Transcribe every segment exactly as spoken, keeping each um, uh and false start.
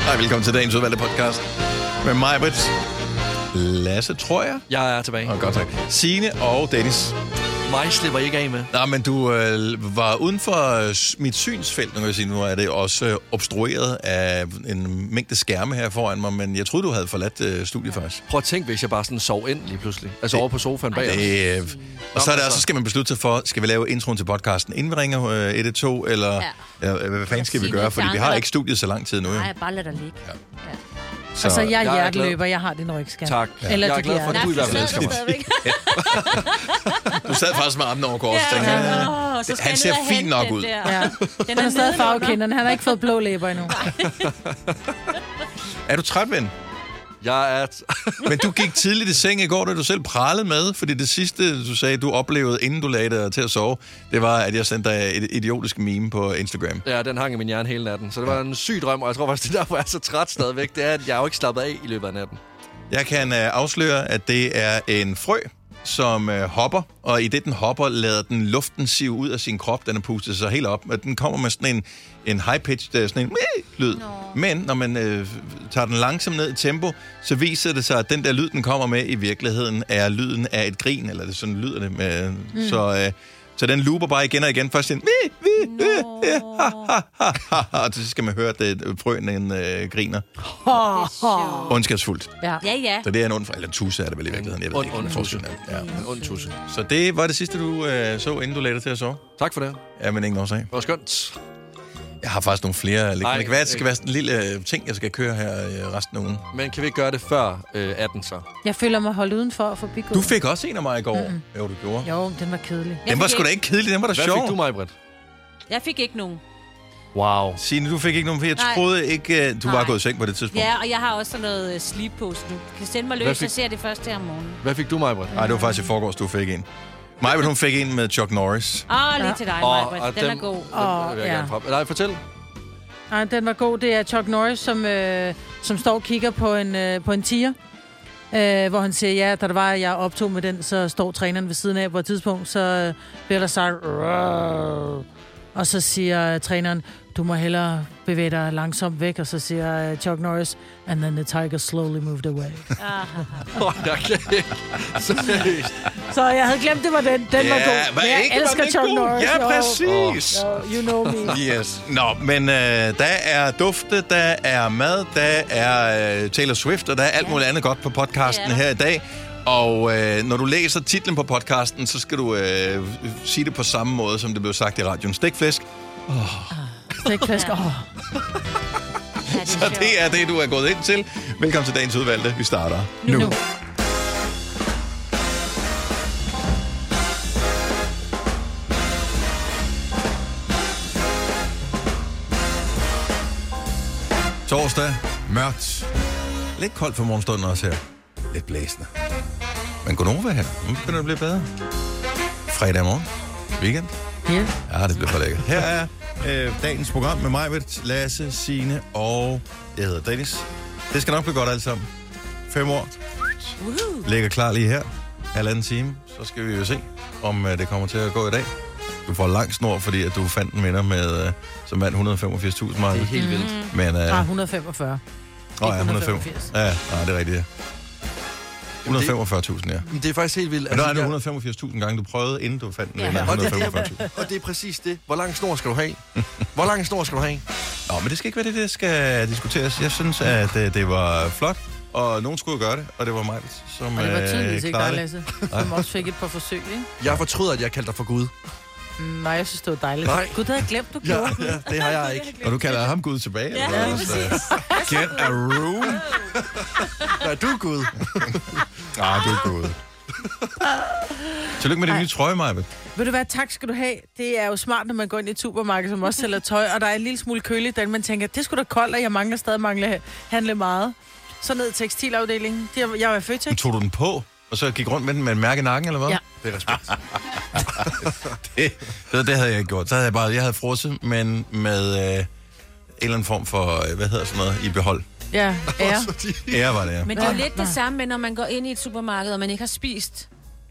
Hej, velkommen til dagens udvalgte podcast med mig, Britt, Lasse, tror jeg. Jeg er tilbage. Og godt tak. Signe og Dennis. Mig slipper ikke af med. Nej, men du øh, var uden for mit synsfelt, nu kan jeg sige. Nu er det også øh, obstrueret af en mængde skærme her foran mig, men jeg troede, du havde forladt øh, studiet faktisk. Prøv at tænke, hvis jeg bare sådan sov ind lige pludselig. Altså det, over på sofaen bag os. Det, øh, og så, er der, så skal man beslutte sig for, skal vi lave introen til podcasten, inden vi ringer øh, et et to, eller, ja. eller hvad fanden skal vi gøre? Fordi vi har ikke studiet så lang tid nu. Nej, bare lad dig ligge. Ja. Ja. Så altså, jeg er hjerteløber, jeg har din rygscan. Tak. Ja. Eller jeg er glad for, at du i hvert fald elsker mig. Du sad faktisk med armen over kors, ja, tænker ja. jeg. Oh, Han ser fint nok ud. Ja. Den er stadig farvekinderne. Han har ikke fået blå læber endnu. Er du træt, ven? Jeg er... Men du gik tidligt i seng i går, da du selv pralede med, fordi det sidste, du sagde, du oplevede, inden du lagde dig til at sove, det var, at jeg sendte dig et idiotisk meme på Instagram. Ja, den hang i min hjerne hele natten, så det var en syg drøm, og jeg tror faktisk, det er derfor, jeg er så træt stadigvæk, det er, at jeg er jo ikke slappet af i løbet af natten. Jeg kan uh, afsløre, at det er en frø, som uh, hopper, og i det, den hopper, lader den luften sive ud af sin krop. Den er pustet sig helt op, og den kommer med sådan en, en high-pitched, sådan en lyd. No. Men når man uh, tager den langsomt ned i tempo, så viser det sig, at den der lyd, den kommer med, i virkeligheden er lyden af et grin, eller det sådan lyder det med. Mm. Så, uh, så den looper bare igen og igen. Først en vi, vi, vi, ha, ha, ha, ha, ha, og så skal man høre, at frøen uh, griner. Ondskabsfuldt. Ja. ja, ja. Så det er en ond, eller en tusse er det vel i virkeligheden. Jeg ved ond, ikke, ond tusse. Ja. En ond tusse. Så det var det sidste, du øh, så, inden du lagde dig til at sove? Tak for det. Ja, men ingen årsag. Det var skønt. Jeg har faktisk nogle flere. Det Ej, kan være, det skal være sådan en lille øh, ting, jeg skal køre her øh, resten af ugen. Men kan vi ikke gøre det før øh, atten så? Jeg føler mig holdt udenfor for forbigået. Du fik også en af mig i går. Mm-hmm. Jo, du gjorde. Jo, den var kedelig. Den var sgu da ikke kedelig, den var da sjov. Hvad fik du, mig, Britt? Jeg fik ikke nogen. Wow. Signe, du fik ikke nogen, for jeg Nej. troede ikke, du Nej. var gået i seng på det tidspunkt. Ja, og jeg har også sådan noget sleep post nu. Kan sende mig løs, fik... så ser jeg det først her om morgenen. Hvad fik du, mig, Britt? Nej, det var faktisk i forgårs, du fik en. Majbert, hun fik en med Chuck Norris. Åh, oh, lige til dig, Majbert. Den, den er god. Den vil jeg ja. gerne frem. Nej, fortæl. Nej, den var god. Det er Chuck Norris, som, øh, som står og kigger på en, øh, på en tiger. Øh, hvor han siger, ja, da der var, jeg optog med den, så står træneren ved siden af på et tidspunkt, så øh, bliver der sagt, Rrr. Og så siger øh, træneren, du må hellere bevæge dig langsomt væk, og så siger øh, Chuck Norris, and then the tiger slowly moved away. Åh, jeg kan ikke. Seriøst. Så jeg havde glemt, det var den. Den Ja, var god. men Jeg ikke, elsker var den Chuck god? Norris. Ja, Jo. præcis. Jo, you know me. Yes. Nå, men øh, der er dufte, der er mad, der er øh, Taylor Swift, og der er alt muligt andet godt på podcasten her i dag. Og øh, når du læser titlen på podcasten, så skal du øh, sige det på samme måde, som det blev sagt i radioen. Stikflæsk. Oh. Stikflæsk, åh. Oh. Så det er det, du er gået ind til. Velkommen til dagens udvalgte. Vi starter nu. nu. Torsdag, mørkt. Lidt koldt for morgenstunden også her. Lidt blæsende. Men godnova her. Nu begynder det at blive bedre. Fredag morgen. Weekend. Ja. Ja, det bliver for lækkert. Her er øh, dagens program med mig, Lasse, Signe og jeg hedder Dennis. Det skal nok blive godt alt sammen. Fem år. Woohoo. Ligger klar lige her. Halvanden time. Så skal vi jo se, om øh, det kommer til at gå i dag. Du får lang snor, fordi at du fandt en vinder med, øh, som vandt et hundrede og femogfirs tusind. Det er helt vildt. Men, øh, Fra et hundrede og femogfyrre. Åh oh, ja, et hundrede og femogfirs. Ja, nej, det er rigtigt, ja. et hundrede og femogfyrre tusind, ja. Men det er faktisk helt vildt. Men der er det et hundrede og femogfirs tusind gange, du prøvede, inden du fandt den. Ja. Ja. Og det, er det, og det er præcis det. Hvor lang snor skal du have? Hvor lang snor skal du have? Nå, men det skal ikke være det, det skal diskuteres. Jeg synes, at det, det var flot, og nogen skulle gøre det, og det var mig, som Og det var tydeligvis ikke dig, det. Lasse, som også fik et par forsøg, ikke? Jeg fortryder, at jeg kaldte dig for Gud. Nej, jeg synes, det var dejligt. Nej. Gud, det havde jeg glemt, du Ja, gjorde. ja, det har jeg ikke. Og du kalder ham Gud tilbage? Ja, eller hvad? lige Så, Get a room. Nej, du er Gud. Ah, du er Gud. Tillykke med din nye trøje, Maja. Ved du hvad, tak skal du have. Det er jo smart, når man går ind i et supermarked, som også sælger tøj, og der er en lille smule køligt, da man tænker, det skulle da koldt, og jeg mangler stadig mangler handle meget. Så ned i tekstilafdelingen. Jeg var i Føtex. Tog du den på, og så gik rundt med den med en mærke i nakken, eller hvad? Ja. Det er respekt. det, det, det havde jeg ikke gjort. Så havde jeg bare, jeg havde frosset, men med øh, en eller anden form for, øh, hvad hedder sådan noget, i behold. Ja, ære. Ære var det, ja. Men det er jo lidt det samme med, når man går ind i et supermarked, og man ikke har spist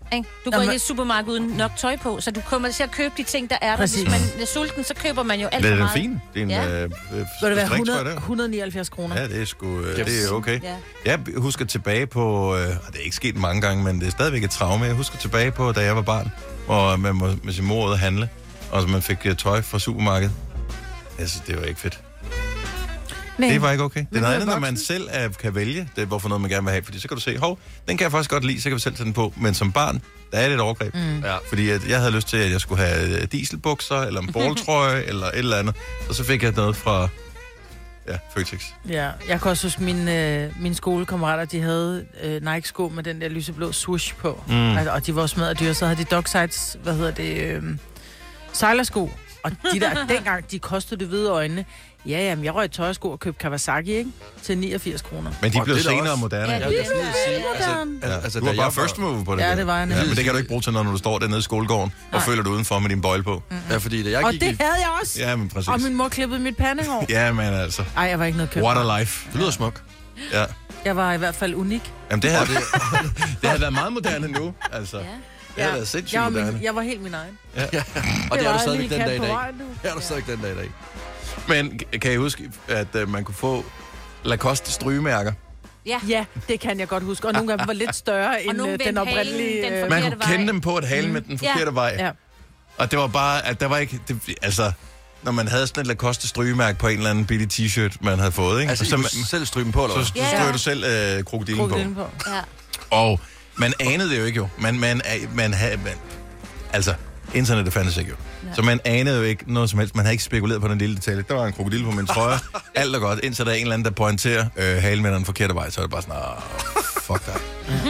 Ikke? Du går Nå, ind i men- et supermarked uden nok tøj på, så du kommer til at købe de ting, der er der. Præcis. Hvis man er sulten, så køber man jo alt Det for er meget. fint. Det er en Ja. øh, øh, Vil det være striktøj hundrede, der. et hundrede og nioghalvfjerds kroner? Ja, det er sgu, øh, det er okay. Ja. Jeg husker tilbage på, øh, og det er ikke sket mange gange, men det er stadigvæk et traume. Jeg husker tilbage på, da jeg var barn, hvor man må med sin mor ud at handle, og så man fik øh, tøj fra supermarkedet. Altså, det var ikke fedt. Nej. Det var ikke okay. Det er Men noget du er andet, når man voksen. selv er, kan vælge, det er, hvorfor noget man gerne vil have. Fordi så kan du se, hov, den kan jeg faktisk godt lide, så kan vi selv tage den på. Men som barn, der er det et overgreb. Mm. Ja. Fordi at jeg havde lyst til, at jeg skulle have dieselbukser, eller en balltrøje, eller et eller andet. Og så fik jeg noget fra, ja, Føtex. Ja, jeg kan også huske, mine, øh, mine skolekammerater, de havde øh, Nike-sko med den der lyseblå swoosh på. Mm. Altså, og de var også smadret dyre. Så havde de Docksides, hvad hedder det, øh, sejlersko. Og de der, dengang, de kostede det hvide øjne. Ja, jamen, jeg røg tøjsko og købte Kawasaki, ikke? Til niogfirs kroner. Men de Og blev det er da senere også- moderne. Ja, Ja, Jeg vil det er lige sige, altså, moderne. al- altså, du var da bare jeg var- first move på det. Ja, der. det var jeg Ja, nemlig. men det kan du ikke bruge til, når du står dernede i skolegården og Nej. føler dig udenfor med din bøjle på. Mm. Ja, fordi da jeg Og gik det i... havde jeg også. Ja, men præcis. Og min mor klippede mit pandehår. Ja, men altså. Ej, jeg var ikke noget købt. What a life. Det lyder smuk. Ja. Jeg var i hvert fald unik. Jamen, det havde, det havde været meget moderne nu. Altså, Ja. det havde været sindssygt jeg var, moderne. min, jeg var helt min egen. Og det er var du en stadigvæk lille den kat dag i på dag. vejen, du. Det er du stadigvæk den dag i dag. Men kan I huske, at uh, man kunne få Lacoste strygemærker? Ja. Ja, det kan jeg godt huske. Og nogle af dem var lidt større end nogle øh, den vendte oprindelige... halen, den øh, Man Forkerte kunne kende vej. dem på, at halen med den Ja. forkerte vej. Ja. Og det var bare, at der var ikke... Det, altså, når man havde sådan et Lacoste strygemærke på en eller anden billig t-shirt, man havde fået, ikke? Altså, så, I man, kunne selv stryge dem på, eller så hvad? Ja. strøg du selv øh, krokodillen på. Krokodillen på. Ja. Og man anede det jo ikke jo. Man, man, man havde... Man, altså, internettet fandtes ikke jo. Ja. Så man anede jo ikke noget som helst. Man havde ikke spekuleret på den lille detalje. Der var en krokodille på min trøje. Alt er godt. Indtil der er en eller anden, der pointerer øh, halen med den forkerte vej. Så er det bare sådan, åh, fuck dig.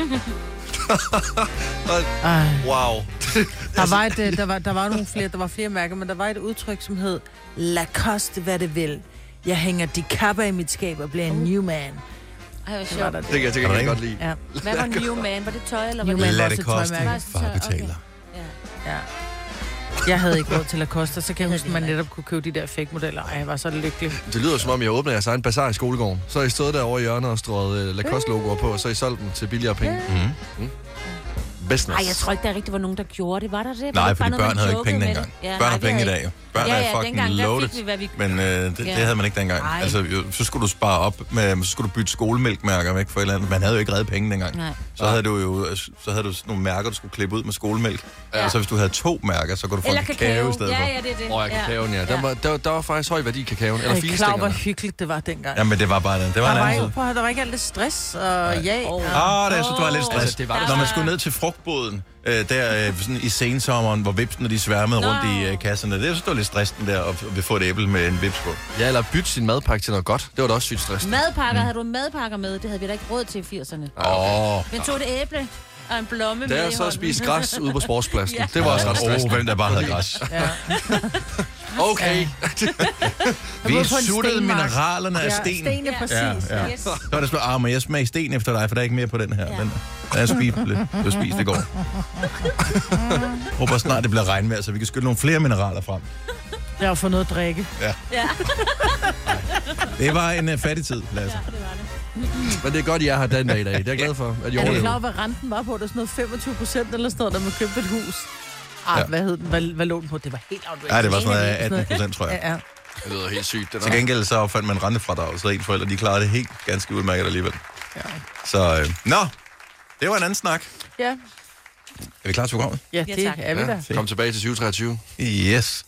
Ej. Wow. Der var, et, øh, der, var, der var nogle flere, der var flere mærker, men der var et udtryk, som hed Lacoste, hvad det vil. Jeg hænger de kapper i mit skab og bliver en new man. Ej, hvor Det var der sjovt. Det kan jeg, det kan jeg godt lide. Ja. Hvad var New Man? Var det tøj, eller var New det... Man. Lad var det også et koste. tøjmærke. Far betaler. Ja. Ja. Jeg havde ikke råd til Lacoste, så kan jeg huske, at man netop kunne købe de der fake-modeller. Ej, jeg var så lykkelig. Det lyder som om, jeg åbner jeres egen bazar i skolegården. Så har I stået derovre i hjørnet og strøget uh, Lacoste-logoer på, og så har I solgt dem til billigere penge. Mm. Business. Ej, jeg tror ikke, der rigtig var nogen, der gjorde det. Var der det? Var Nej, det fordi bare noget, børn man havde ikke jokede penge med dengang. det? Ja, Børn har nej, penge i det dag jo. Børn Ja, er ja, fucking dengang, der loaded. fik vi, hvad vi... Men øh, det, det Ja. havde man ikke dengang. Ej. Altså, jo, så skulle du spare op, med, så skulle du bytte skolemælkmærker væk for et eller andet. Man havde jo ikke reddet penge dengang. Nej. Så havde du jo så havde du sådan nogle mærker, du skulle klippe ud med skolemælk. Ja. Og så hvis du havde to mærker, så kunne du få Eller en kakao, kakao. i stedet Ja, for. ja, det er det. Åh, oh, ja, kakaoen, ja. Der var, der, der var faktisk høj værdi i kakaoen. Eller Ej, klar, hvor filstængerne. hyggeligt det var dengang. Jamen, det var bare det. Det var Der en var, anden ikke, tid. prøv, at høre, der var ikke alt det stress og ja. Åh. og- Ah, det, jeg synes, det var lidt stress. Altså, det var Når man skulle ned til frugtboden, øh, der øh, sådan i sensommeren, hvor vipsene de sværmede Nå. rundt i øh, kasserne, det synes, det var lidt stressende der, at vi får et æble med en vips på. Ja, eller bytte sin madpakke til noget godt. Det var da også sygt stress. Madpakker, havde du madpakker med? Det havde vi da ikke råd til i firserne. Åh, Men tog et æble og en blomme Da med i jeg så hånden. spiste græs ude på sportspladsen, Ja. det var også ret Åh, stressende. hvem der bare havde græs. Ja. Okay. Vi boede på en suttede stenmark. mineralerne af Ja, sten. stenene, Ja. præcis. Ja, ja. Yes. Så var det sådan, ah, men jeg smager sten efter dig, for der er ikke mere på den her. Ja. Den, den er spist lidt. Det var spist i går. Jeg håber snart, det bliver regnvejr, så vi kan skylle nogle flere mineraler frem. Jeg har fået noget at drikke. Ja, Det var en uh, fattig tid, Lasse. det var det. Men det er godt, I er her den dag i dag. Det er jeg glad for, at I Er du klar overlever. over, hvad renten var på? Det er sådan noget femogtyve procent eller sådan noget, da man købte et hus. Ah, Ja. ja. hvad hed den? Hvad, hvad lå den på? Det var helt outrageous. Nej, det var sådan noget atten procent, tror jeg. Ja, ja. Det lyder helt sygt, det Til der. gengæld så opfandt man rentefradrag, så ens forældre, de klarede det helt ganske udmærket alligevel. Ja. Så, øh, nå, det var en anden snak. Ja, Er vi klar til programmet? ja Ja, det tak. er vi da. Ja, kom tilbage til tyve treogtyve. Yes.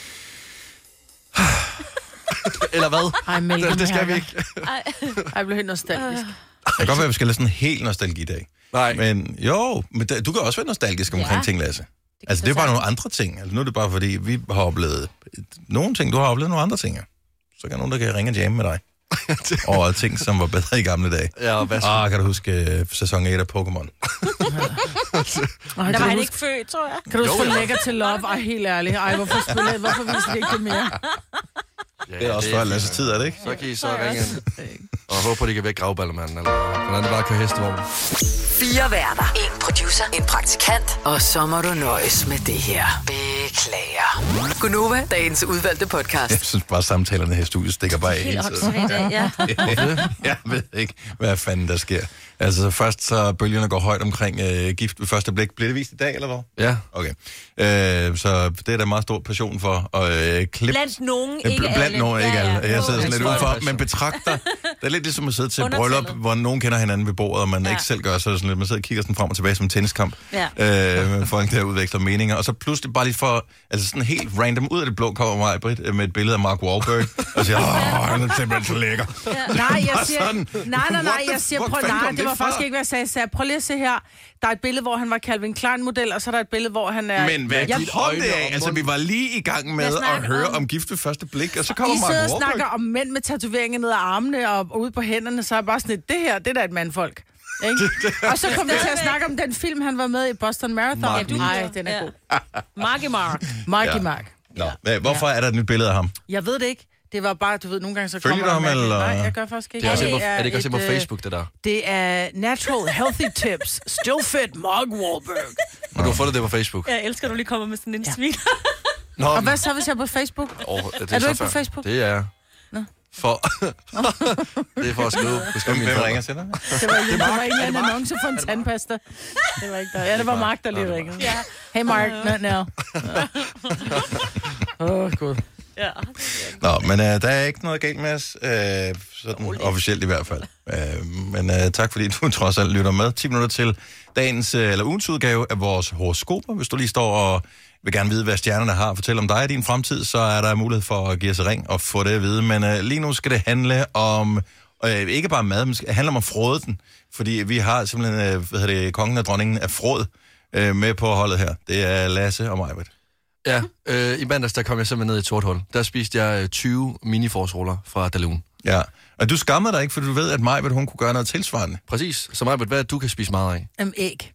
Eller hvad? Ej, Malcolm Det, det skal vi Hager. ikke. Ej. Ej, jeg blev helt nostalgisk. Det kan godt være, at vi skal lade sådan en helt nostalgi i dag. Nej. Men jo, men da, du kan også være nostalgisk omkring Ja. ting, Lasse. kan Altså, det er så bare sagtens. nogle andre ting. Altså, nu er det bare fordi, vi har oplevet nogle ting, du har oplevet nogle andre ting. Ja. Så kan nogen, der kan ringe og jamme med dig. Og ting, som var bedre i gamle dage. Ja, og hvad så? Ah, kan du huske uh, sæson et af Pokémon? Ej, Der kan var du han huske, ikke født, tror jeg. kan du huske Jo, for ja. lækker til love? Ej, helt ærligt. Ej, hvorfor spiller hvorfor viser det ikke det mere? Ja, Det er også før Lasse tid, er det ikke? Så kan I så ringe ind. Og håber, at de kan vække gravballermanden. Eller hvordan det bare kører hestevogn. Fire værter. En producer. En praktikant. Og så må du nøjes med det her. Beklager. Gunova, dagens udvalgte podcast. Jeg synes bare, samtalerne her i studiet stikker bare af hele Helt tiden. åndssvagt, ja. Jeg ved ikke, hvad fanden der sker. Altså først så bølgerne går højt omkring øh, gift ved første blik. Bliver det vist i dag, eller hvad? Ja. Okay. Øh, så det er der meget stor passion for. Og, øh, klip, Blandt nogen, øh, ikke blandt alle. nogen, ikke Ja, ja. alle. Jeg sidder sådan Jo, lidt det tror udenfor, jeg. men betragter. Det er lidt ligesom at sidde til et Undertallet. bryllup, hvor nogen kender hinanden ved bordet, og man ja. Ja. ikke selv gør, så er det sådan lidt, man sidder og kigger sådan frem og tilbage som en tenniskamp. Ja. Øh, med folk, der udveksler meninger. Og så pludselig bare lige for, altså sådan helt random ud af det blå, kommer mig, Britt, med et billede af Mark Wahlberg, og siger, åh, han er simpelthen så lækker. Nej, jeg Bare siger, sådan. nej, nej, nej, What jeg the siger, fuck, prøv, fanden nej, kom det var det faktisk fra? ikke, hvad jeg sagde. Så prøv lige at se her. Der er et billede, hvor han var Calvin Klein-model, og så er der et billede, hvor han er... Men hvad jeg, kom det af? Altså, vi var lige i gang med Jeg at snakker høre om- om gift ved første blik, og så kommer I Mark sidder og Wahlberg. snakker om mænd med tatoveringer ned ad armene og ude på hænderne, så er jeg bare sådan lidt, det her, det er da et mandfolk. Ikke? Og så kom vi til at snakke om den film, han var med i Boston Marathon. Mark. Nej, den er Ja. god. Marky Mark. Marky Ja. Mark. Nå, hvad- hvorfor er der et nyt billede af ham? Jeg ved det ikke. Det var bare, du ved, nogle gange så Følger kommer du ham, der mærkeligt- eller? Nej, jeg gør faktisk ikke. Det er, også, på, er det ikke også et, på øh, Facebook, det der? Det er Natural Healthy Tips. Still fit Mark Wahlberg. Og du har fundet det på Facebook? Jeg elsker, at du lige kommer med sådan en ja. smil. Nå, Og hvad så, hvis jeg er på Facebook? oh, det Er du så ikke på fair. Facebook? Det er jeg. Nå. For... det er for at skrive. Beskrive Hvem mine ringer forældre. til dig? Det var, det var en eller anden annonce for en tandpasta. Det var ikke der. Ja, det var Mark, der lige ringede. Ja. Hey Mark, not now. Åh, oh, gud. Ja. Nå, men øh, der er ikke noget galt med os, øh, sådan officielt i hvert fald. Øh, men øh, tak fordi du trods alt lytter med. ti minutter til dagens, øh, eller ugens udgave af vores horoskoper. Hvis du lige står og vil gerne vide, hvad stjernerne har at fortælle om dig i din fremtid, så er der mulighed for at give os et ring og få det at vide. Men øh, lige nu skal det handle om, øh, ikke bare mad, men det handler om fråden. Fordi vi har simpelthen, øh, hvad hedder det, kongen og dronningen af fråd øh, med på holdet her. Det er Lasse og Majbert. Ja, øh, i mandags der kom jeg simpelthen ned i et sort hul. Der spiste jeg øh, tyve miniforsruller fra Dalun. Ja, og du skammer dig ikke, for du ved, at Majbert, hun kunne gøre noget tilsvarende. Præcis. Så Majbert, hvad er det, du kan spise meget af? Øhm, æg.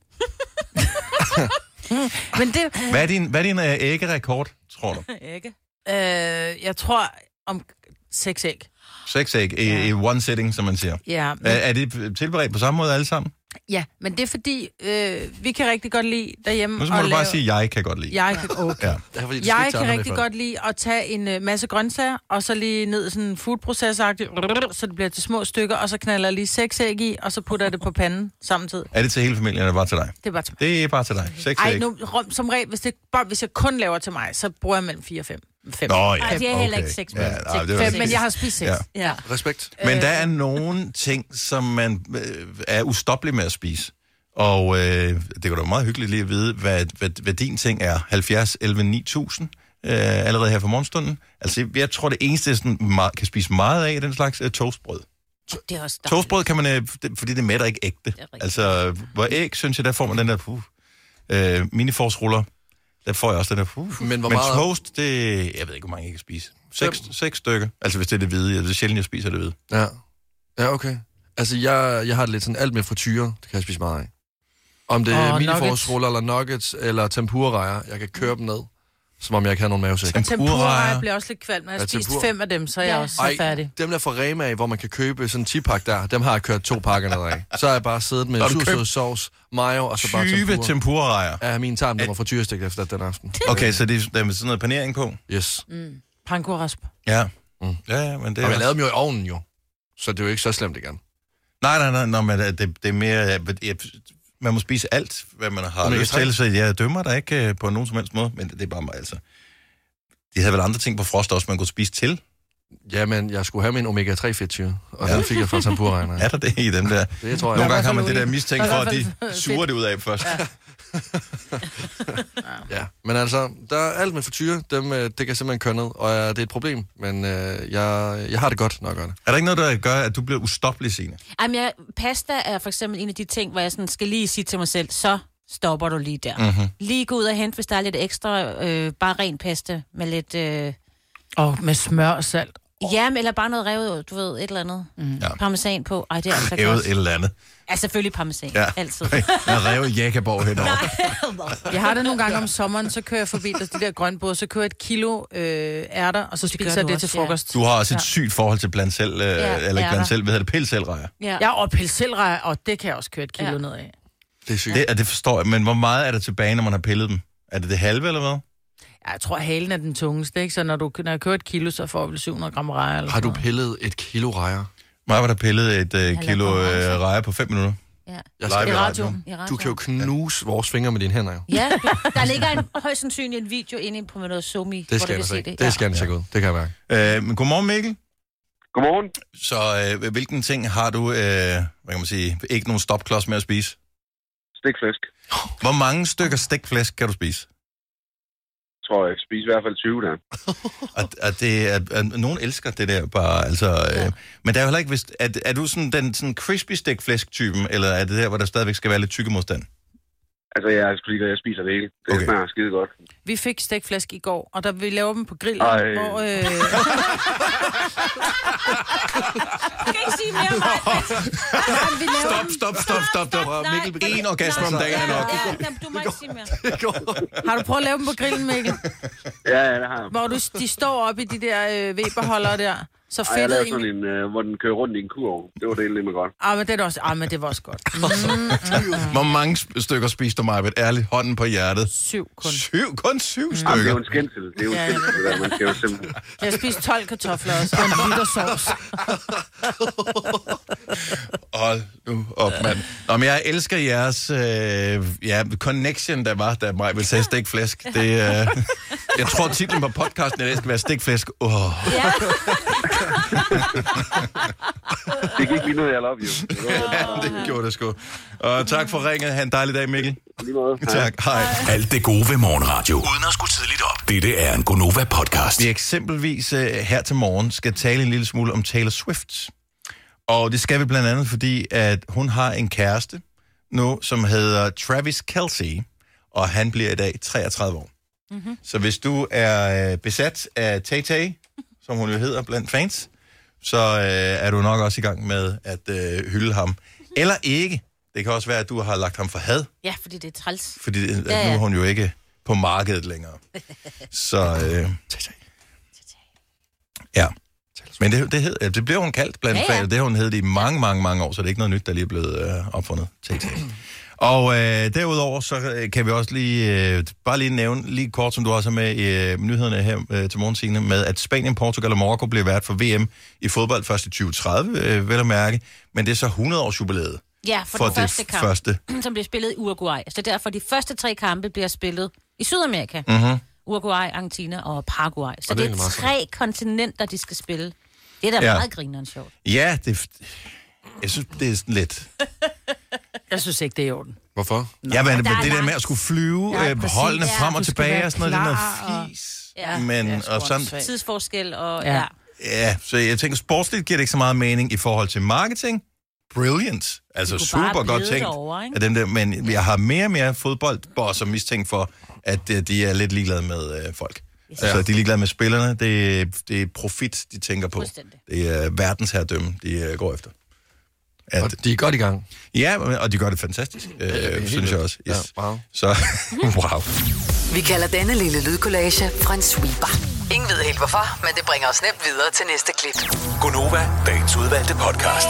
Men det... Hvad er din, hvad er din øh, æggerekord, tror du? Ikke? Øh, jeg tror om seks æg. Seks æg i, Ja. i one sitting, som man siger. Ja, men, Er, er det tilberedt på samme måde alle sammen? ja, men det er fordi, øh, vi kan rigtig godt lide derhjemme Nu så må at du bare lave... sige, jeg kan godt lide. Jeg kan, okay. Ja. Det er, fordi, det skal Jeg ikke til kan andre rigtig med godt lide at tage en øh, masse grøntsager, og så lige ned i sådan en foodprocessagtigt, så det bliver til små stykker, og så knalder jeg lige seks æg i, og så putter jeg det på panden samtidig. Er det til hele familien, eller bare til dig? Det er bare til mig. Det er bare til dig. Seks Ej, æg. nu, rom- som regel, hvis, det, bare, hvis jeg kun laver til mig, så bruger jeg mellem fire og fem. fem. Nå ja, Ej, det er heller okay. ikke seks Ja, mænd. nej, det var Fem, seks. men jeg har spist seks. Ja. Ja. Ja. Respekt. Men der er nogle ting, som man øh, er ustoppelig med at spise. Og øh, det kan da være meget hyggeligt lige at vide, hvad, hvad, hvad din ting er. halvfjerds elleve ni tusind øh, allerede her for morgenstunden. Altså, jeg tror, det eneste, jeg sådan meget, kan spise meget af, er den slags øh, toastbrød. Det er også dejligt. Toastbrød kan man, øh, det, fordi det mætter ikke ægte. er rigtigt. Altså, hvor æg, synes jeg, der får man den der, puh, øh, miniforsruller. Der får jeg også den der, puh. Men hvor Men meget... toast, det, jeg ved ikke, hvor mange jeg kan spise. Seks, seks stykker. Altså, hvis det er det hvide. Det er sjældent, jeg spiser det hvide. Ja. Ja, okay. Altså, jeg, jeg har det lidt sådan alt med frityre. Det kan jeg spise meget af. Om det er Og miniforsruller, eller nuggets, eller tempura-rejer. Jeg kan køre dem ned, som om jeg ikke har nogen mavesæk. Tempura bliver også lidt kvalm. Når jeg Ja, har spist tempura. fem af dem, så er jeg Ja. også så Ej, færdig. dem der fra Rema af, hvor man kan købe sådan en ti-pakke der, dem har jeg kørt to pakker ned af. Så har jeg bare siddet med Har du sursød købt sauce, mayo og så bare tyve tempura. tempura-rejer. Ja, min tarm, den var frityrestegt efter den aften. Okay, så det, der er sådan noget panering på? Yes. Mm. Panko-rasp. Ja. Mm. Ja, ja, men det Og er... jeg lavede dem jo i ovnen jo. Så det er jo ikke så slemt igen. Nej, nej, nej, nej, men det, det er mere... Jeg, jeg, man må spise alt, hvad man har Omega lyst tre. til, så jeg dømmer der ikke øh, på nogen som helst måde, men det, det er bare mig, altså. De havde vel andre ting på frost også, man kunne spise til. Ja, men jeg skulle have min omega tre fedtsyre, og Ja. den fik jeg fra tempura-regner. Er der det i den der? Det tror Nogle jeg. gange har hvert man fald det der olie. mistænkt Der for, er at i de hvert fald suger det ud af først. Ja, men altså, der er alt med frityre, dem, øh, det kan simpelthen køre ned, og øh, det er et problem, men øh, jeg, jeg har det godt, når jeg gør det. Er der ikke noget, der gør, at du bliver ustoppelig, Signe? Jamen, jeg, pasta er for eksempel en af de ting, hvor jeg sådan skal lige sige til mig selv, så stopper du lige der. Mm-hmm. Lige gå ud og hente, hvis der er lidt ekstra, øh, bare ren pasta med lidt... Øh, Og med smør og salt. Jamen, eller bare noget revet, du ved, et eller andet. Mm. Ja. Parmesan på. Ej, det er altså Hævet godt. et eller andet. Ja, selvfølgelig parmesan. Ja. Altid. Jeg rev Jækkeborg henover. Jeg har det nogle gange om sommeren, så kører jeg forbi der, de der grønbåde, så kører jeg et kilo øh, ærter, og så Det gør spiser jeg du det også, til ja. frokost. Du har også et Ja. sygt forhold til blandt selv, øh, Ja, eller ikke ærter. blandt selv, hvad hedder det, pilselrejer. Ja. Ja, og pelselrejer, og det kan jeg også køre et kilo Ja. ja. ned af. Det er sygt. Det, er det forstår jeg, men hvor meget er der tilbage, når man har pillet dem? Er det det halve, eller hvad? Ja, jeg tror, halen er den tungeste, ikke? Så når du når jeg kører et kilo, så får vi syv hundrede gram rejer. Eller Har du sådan pillet et kilo rejer? Mig var der pillet et øh, kilo øh, rejer på fem minutter. Ja. Jeg Live skal, i noget. radioen. I radioen. du kan jo knuse vores fingre med dine hænder, jo. Ja, der ligger en, højst sandsynligt en video inde på noget Somi, Det skal jeg se. Det, det skal jeg tjekke ud. Det kan jeg mærke. Øh, men godmorgen, Mikkel. Godmorgen. Så øh, hvilken ting har du, øh, hvad kan man sige, ikke nogen stopklods med at spise? Stikflæsk. Hvor mange stykker stikflæsk kan du spise? Jeg tror, jeg kan spise i hvert fald tyve der. Og, og det er, er, nogen elsker det der bare, altså... Ja. Øh, men der er jo heller ikke, hvis, er, er du sådan den sådan crispy stikflæsk-typen, eller er det der, hvor der stadigvæk skal være lidt tykkemodstand? Altså, jeg, jeg, jeg spiser det hele. Det Okay. smager skide godt. Vi fik stegflæsk i går, og der vi laver dem på grill, Ej. hvor... Øh... Jeg kan ikke sige mere om mig. vi laver Stop, dem... stop, stop, stop, stop. Nej. Mikkel, en orgasme om dagen er nok. Ja, ja, du må ikke sige mere. Har du prøvet at lave dem på grillen, Mikkel? Ja, ja, det har jeg. Hvor du, de står op i de der øh, Weberholdere der. Så Ej, jeg fedtet lavede egentlig... sådan en, øh, hvor den kører rundt i en kurv. Det var det egentlig med godt. Ah, men det er også... Ah, men det var også godt. Mm, mm, Hvor mange sp- stykker spiste du mig, ærligt, hånden på hjertet? syv kun. Syv, kun syv Jamen, det er stykker. jo en skændsel. Det er jo en Ja, skændsel, det der. Man skal jo simpelthen... Jeg spiste tolv kartofler også, og en liter sovs. Hold nu op, mand. Nå, men jeg elsker jeres øh, ja, connection, der var, da mig vil sige stikflæsk. Det, øh, jeg tror, titlen på podcasten er, det skal være stikflæsk. Oh. Ja. Det gik lige noget, jeg love you. Ja, det gjorde det sgu. Og tak for ringet. Ha' en dejlig dag, Mikkel. Lige måde. Tak. Hej. Alt det gode ved morgenradio. Uden at skulle tidligt op. Dette er en Gonova-podcast. Vi eksempelvis øh, her til morgen skal tale en lille smule om Taylor Swift. Og det skal vi blandt andet, fordi at hun har en kæreste nu, som hedder Travis Kelce, og han bliver i dag treogtredive år. Mm-hmm. Så hvis du er øh, besat af Tay-Tay, som hun jo hedder blandt fans, så øh, er du nok også i gang med at øh, hylde ham. Eller ikke. Det kan også være, at du har lagt ham for had, Ja, fordi det er træls. fordi øh, Ja, ja. nu er hun jo ikke på markedet længere. Så øh, ja. Men det, det, hed, det blev hun kaldt blandt Ja, ja, ja. ja. Det har hun heddet i mange, mange, mange år, så det er ikke noget nyt, der lige er blevet øh, opfundet. Tay-Tay. Og øh, derudover, så øh, kan vi også lige, øh, bare lige nævne, lige kort som du også er med i øh, nyhederne her øh, til morgen, Signe, med at Spanien, Portugal og Marokko bliver vært for V M i fodbold først i tyve tredive, øh, vel at mærke. Men det er så hundrede års jubilæet Ja, for, for den første det kamp, første. som bliver spillet i Uruguay. Så derfor de første tre kampe bliver spillet i Sydamerika. Mm-hmm. Uruguay, Argentina og Paraguay. Så Og det det er er meget tre kontinenter, de skal spille. Det er da Ja. ja. meget grinerende sjovt. Ja, det, jeg synes, det er sådan lidt... Jeg synes ikke, det er i orden. Hvorfor? Ja, men det der er der med langt. at skulle flyve Ja, øh, præcis. holdene Ja, frem og du skal tilbage være og sådan noget, det er klar og- noget fis. Ja. Men, Ja, og sådan, skånsvagt. Tidsforskel og Ja. ja. ja, så jeg tænker, sportsligt giver det ikke så meget mening i forhold til marketing. Brilliant. Altså kunne bare super godt blive tænkt derovre, ikke? af dem der, men jeg har mere og mere fodboldbosser mistænkt for, at øh, de er lidt ligeglade med øh, folk. Yes. Altså, de er ligeglade med spillerne. Det, er- det er profit, de tænker på. Fuldstændig. Det er verdensherredømme, de øh, går efter. At, Og de er godt i gang. ja, og de gør det fantastisk, øh, synes jeg også. Yes. Ja, wow. Så, wow. Vi kalder denne lille lydkollage Frans sweeper. Ingen ved helt hvorfor, men det bringer os nemt videre til næste klip. Gonova, dagens udvalgte podcast.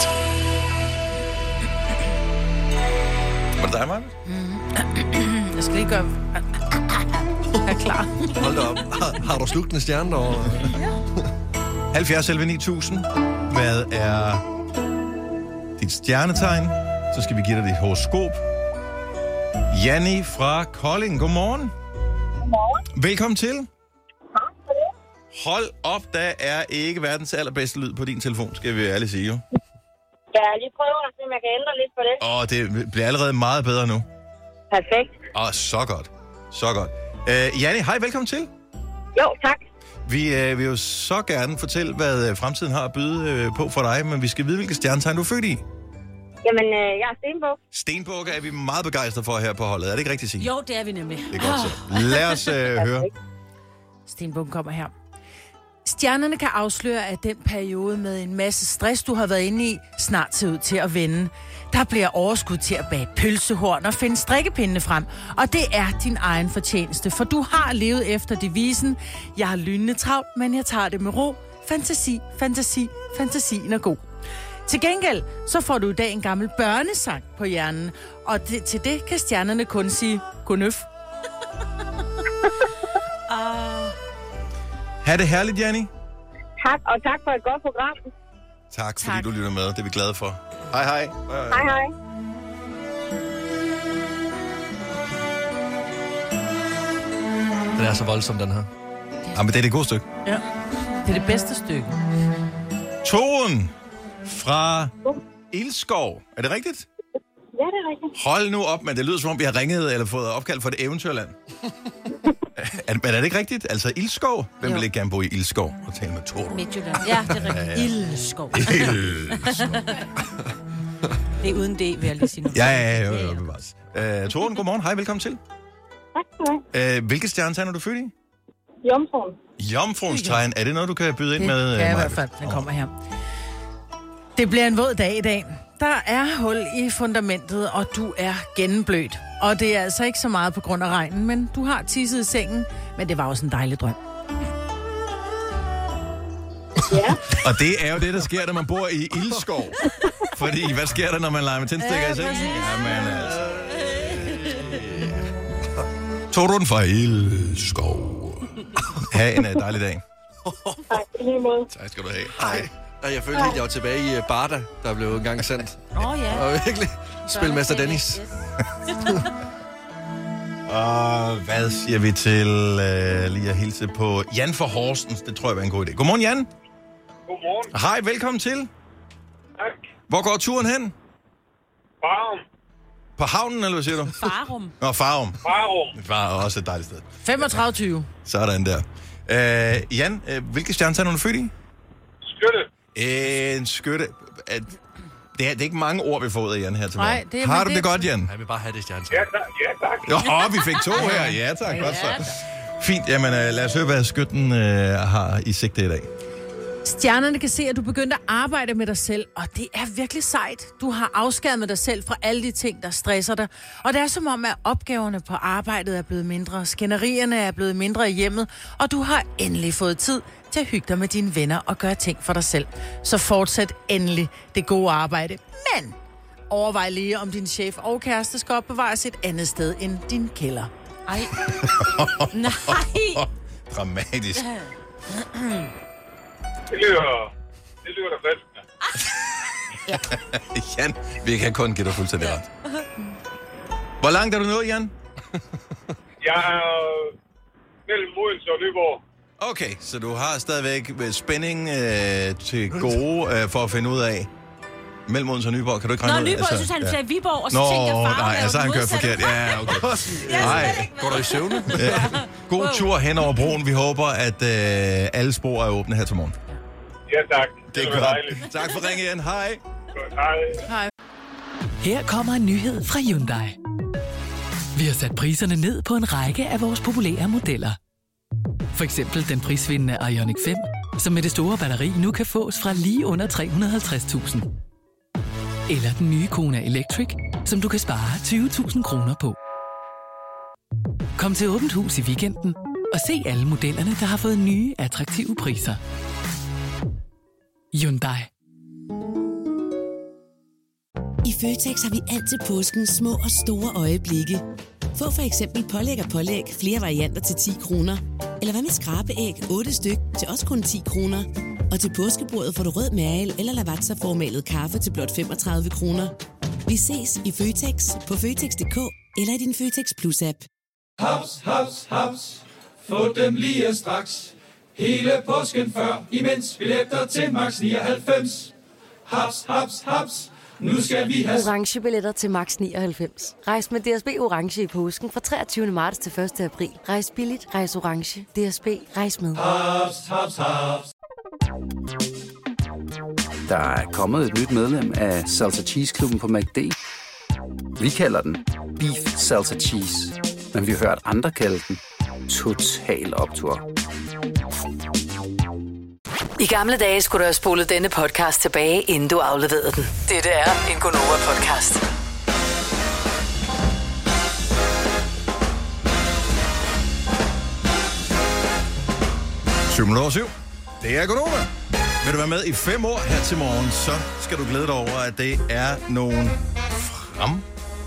Var det dig, Martin? Jeg skal lige gøre... Jeg er klar. Hold da op. Har, har du slugt en stjerne derovre? halvfjerds elleve ni tusind. Hvad er dit stjernetegn? Så skal vi give dig dit horoskop. Janni fra Kolding, godmorgen. Godmorgen. Velkommen til. Hold op, der er ikke verdens allerbedste lyd på din telefon, skal vi ærligt sige jo. Ja, jeg lige prøver at se, om jeg kan ændre lidt på det. Og det bliver allerede meget bedre nu. Perfekt. Åh, så godt. Så godt. Uh, Janni, hej, velkommen til. Jo, tak. Vi øh, vil jo så gerne fortælle, hvad øh, fremtiden har at byde øh, på for dig, men vi skal vide, hvilket stjernetegn du er født i. Jamen, øh, jeg er stenbuk. Stenbukke er vi meget begejstrede for her på holdet. Er det ikke rigtigt, Signe? Jo, det er vi nemlig. Det er godt så. Lad os øh, høre. Stenbukken kommer her. Stjernerne kan afsløre, at den periode med en masse stress, du har været inde i, snart ser ud til at vende. Der bliver overskud til at bage pølsehorn og finde strikkepindene frem. Og det er din egen fortjeneste, for du har levet efter devisen. Jeg har lynende travlt, men jeg tager det med ro. Fantasi, fantasi, fantasien er god. Til gengæld, så får du i dag en gammel børnesang på hjernen. Og det, til det kan stjernerne kun sige godnøf. Ah. Ha' det herligt, Janni. Tak, og tak for et godt program. Tak, fordi tak. du lytter med. Det er vi glade for. Hej, hej. Hej, hej. Den er så voldsom, den her. Ja, men det er det gode stykke. Ja. Det er det bedste stykke. Toren fra Ilskov. Er det rigtigt? Ja, det er rigtigt. Hold nu op, men det lyder som om, vi har ringet eller fået opkald for et eventyrland. er, men er det ikke rigtigt? Altså Ilskov? Hvem jo. vil ikke gerne bo i Ilskov og tale med Toren? Midtjylland. Ja, det er rigtigt. Ja, ja. Ilskov. Ilskov. Det er uden det, vil jeg lige sige nu. Ja, ja, ja. ja, ja. Uh, Toren, godmorgen. Hej, velkommen til. Tak skal du uh, Hvilke stjernetegn er du født i? Jomfruen. Jomfruens tegn. Er det noget, du kan byde ind det med? Ja, i hvert fald. Den kommer her. Det bliver en våd dag i dag. Der er hul i fundamentet, og du er gennemblødt. Og det er altså ikke så meget på grund af regnen, men du har tisset i sengen, men det var også en dejlig drøm. Ja. Og det er jo det, der sker, når man bor i Ilskov. Fordi, hvad sker der, når man leger med tændstikker i sengen? Jamen altså. Torun fra Ilskov. Ha' en dejlig dag. Tak, i lige måde. Tak skal du have. Hej. Jeg følte helt, jeg var tilbage i Barda, der blev engang sendt. Åh, oh, ja. Og virkelig spilmester Dennis. Og hvad siger vi til uh, lige at hilse på Jan fra Horsens? Det tror jeg var en god idé. Godmorgen, Jan. Godmorgen. Hej, velkommen til. Tak. Hvor går turen hen? Farum. På havnen, eller hvad siger du? Farum. Nå, Farum. Farum. Farum er også et dejligt sted. femogtredive tyve. Sådan der. Uh, Jan, uh, hvilke stjernetegn er du født i? Skytte. En skytte. Uh, det, er, det er ikke mange ord, vi får ud af Jan her til morgen. Nej, det er- Har men du det, det- godt, Jan? Jeg vil bare have det stjernetegn. Ja, tak. Ja, tak. Jo, vi fik to her. Ja, tak. Godt så. Fint. Jamen, uh, lad os høre, hvad skytten uh, har i sigte i dag. Stjernerne kan se, at du begyndte at arbejde med dig selv, og det er virkelig sejt. Du har afskærmet dig selv fra alle de ting, der stresser dig. Og det er som om, at opgaverne på arbejdet er blevet mindre, skænderierne er blevet mindre i hjemmet, og du har endelig fået tid til at hygge dig med dine venner og gøre ting for dig selv. Så fortsæt endelig det gode arbejde. Men overvej lige, om din chef og kæreste skal opbevares et andet sted end din kælder. Ej. Nej. Dramatisk. Det lyder, det lyder da friskende. Jan, vi kan kun give dig fuldstændig ret. Hvor langt er du nået, Jan? Jeg er mellem Odense og Nyborg. Okay, så du har stadigvæk spænding øh, til gode øh, for at finde ud af. Mellem Odense og Nyborg, kan du ikke regne Nå, ud? Nyborg, jeg synes, han sagde Viborg, og så Nå, tænkte jeg, far, nej, altså han kørt forkert. Ja, okay. Nej, Går du i søvne? ja. God tur hen over broen. Vi håber, at øh, alle spor er åbne her til morgen. Ja, tak. Det Det er er godt. dejligt. Tak for ringen igen. Hej. Godt, hej. Her kommer en nyhed fra Hyundai. Vi har sat priserne ned på en række af vores populære modeller. For eksempel den prisvindende Ioniq fem, som med det store batteri nu kan fås fra lige under tre hundrede og halvtreds tusind. Eller den nye Kona Electric, som du kan spare tyve tusind kroner på. Kom til Åbent Hus i weekenden og se alle modellerne, der har fået nye, attraktive priser. Hyundai. I Føtex har vi altid påsken små og store øjeblikke. Få for eksempel pålæg og pålæg flere varianter til ti kroner. Eller hvad med skrabeæg otte styk til også kun ti kroner. Og til påskebordet får du rød mal eller lavatserformalet kaffe til blot femogtredive kroner. Vi ses i Føtex på Føtex punktum d k eller i din Føtex Plus-app. Haps, haps, haps. Få dem lige straks. Hele påsken før, imens billetter til max nioghalvfems. Haps, haps, haps. Nu skal vi have orange billetter til max nioghalvfems. Rejs med D S B Orange i påsken fra treogtyvende marts til første april. Rejs billigt, rejs orange. D S B, rejs med. haps, haps, haps. Der er kommet et nyt medlem af Salsa Cheese Klubben på McD. Vi kalder den Beef Salsa Cheese, men vi har hørt andre kalde den Total Optur. I gamle dage skulle du have spolet denne podcast tilbage, inden du afleverede den. Dette er en Gonova-podcast. syv minutter over syv. Det er Gonova. Vil du være med i fem år her til morgen, så skal du glæde dig over, at det er nogle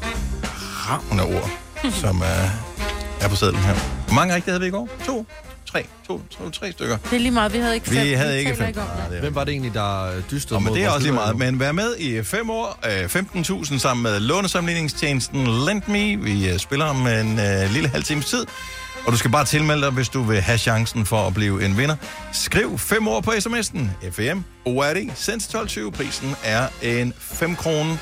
fremragende ord, som er, er på sedlen her. Hvor mange rigtige havde vi i går? To? tre. To, to, tre stykker. Det er lige meget, vi havde ikke Vi fem. havde ikke fem. Ikke om. Nej, det er- Hvem var det egentlig, der dystede Og men mod det er vores også lige lyttere meget. nu? Men vær med i fem år. Øh, femten tusind sammen med lånesamligningstjenesten LendMe. Vi øh, spiller om en øh, lille halv times tid. Og du skal bare tilmelde dig, hvis du vil have chancen for at blive en vinder. Skriv fem år på sms'en. F M O R D. Send til tolv tyve. Prisen er en fem kroner.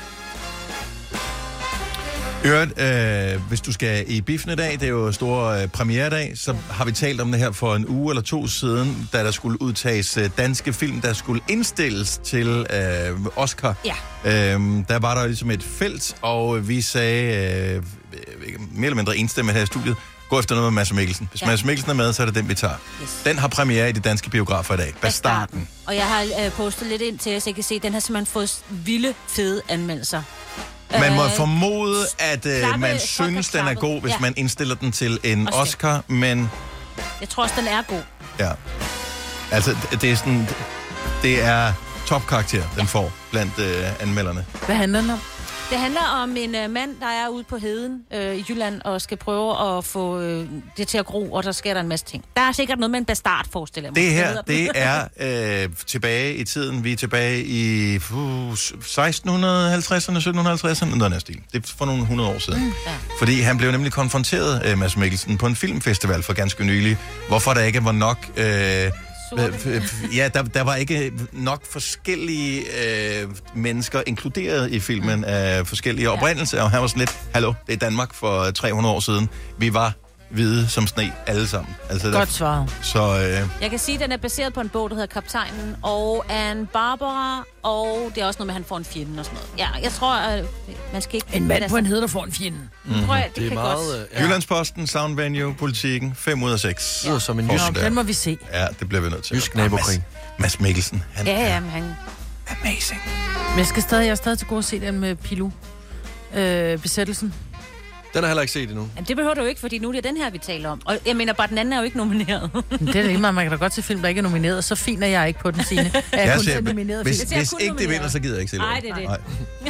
Øvrigt, øh, hvis du skal i biffen i dag, det er jo store øh, premieredag, så har vi talt om det her for en uge eller to siden, da der skulle udtages øh, danske film, der skulle indstilles til øh, Oscar. Ja. Øhm, der var der ligesom et felt, og vi sagde, øh, mere eller mindre enstemmigt her i studiet, gå efter noget med Mads Mikkelsen. Hvis ja. Mads Mikkelsen er med, så er det den, vi tager. Yes. Den har premiere i de danske biografer i dag. Bastarden. Og jeg har øh, postet lidt ind til, så jeg kan se, at den har simpelthen fået vilde, fede anmeldelser. Man må Øh, formode, at øh, klappe- man folk synes, har den er klappet. god, hvis Ja. man indstiller den til en Også det. Oscar, men Jeg tror også, den er god. ja. Altså, det er sådan, det er topkarakter, den får blandt øh, anmelderne. Hvad handler den om? Det handler om en øh, mand, der er ude på heden øh, i Jylland og skal prøve at få øh, det til at gro, og der sker der en masse ting. Der er sikkert noget med en bastard, forestiller jeg mig. Det her, hedder den. det er øh, tilbage i tiden. Vi er tilbage i uh, seksten halvtredserne, sytten halvtredserne, noget af stil. Det er for nogle hundrede år siden. Mm, ja. Fordi han blev nemlig konfronteret, øh, Mads Mikkelsen, på en filmfestival for ganske nylig, hvorfor der ikke var nok... Øh, ja, der, der var ikke nok forskellige øh, mennesker inkluderet i filmen af forskellige oprindelser, og han var sådan lidt, hallo, det er Danmark for tre hundrede år siden. Vi var hvide som sne alle sammen. Altså, Godt der, svaret. så, øh, Jeg kan sige, at den er baseret på en bog, der hedder Kaptajnen og Anne Barbara, og det er også noget med, at han får en fjende og sådan noget. Ja, jeg tror, at man skal ikke... En mand på en hed, der får en fjende. Mm-hmm. Prøv, det, Det er kan meget, godt. øh, ja. Jyllandsposten, Sound Venue, Politiken, fem ud af seks. Det lyder som en Nå, jysk, Den må vi se. Ja, det bliver vi nødt til. jysk nabokrig. Mads, Mads Mikkelsen, han Ja, er ja, men han... amazing. Men jeg, skal stadig, jeg er stadig til gode at se den med Pilou. Øh, besættelsen. Den har jeg heller ikke set endnu. Jamen, det behøver du jo ikke, fordi nu er det den her, vi taler om. Og jeg mener bare, den anden er jo ikke nomineret. Men det er det ikke meget. Man kan da godt se film, der ikke er nomineret. Så fint er jeg ikke på den, Signe. Jeg er Jeg kun ser- til nomineret Hvis, film. ser hvis kun ikke det nomineret. vinder, så gider jeg ikke se Nej, det er det. Nej.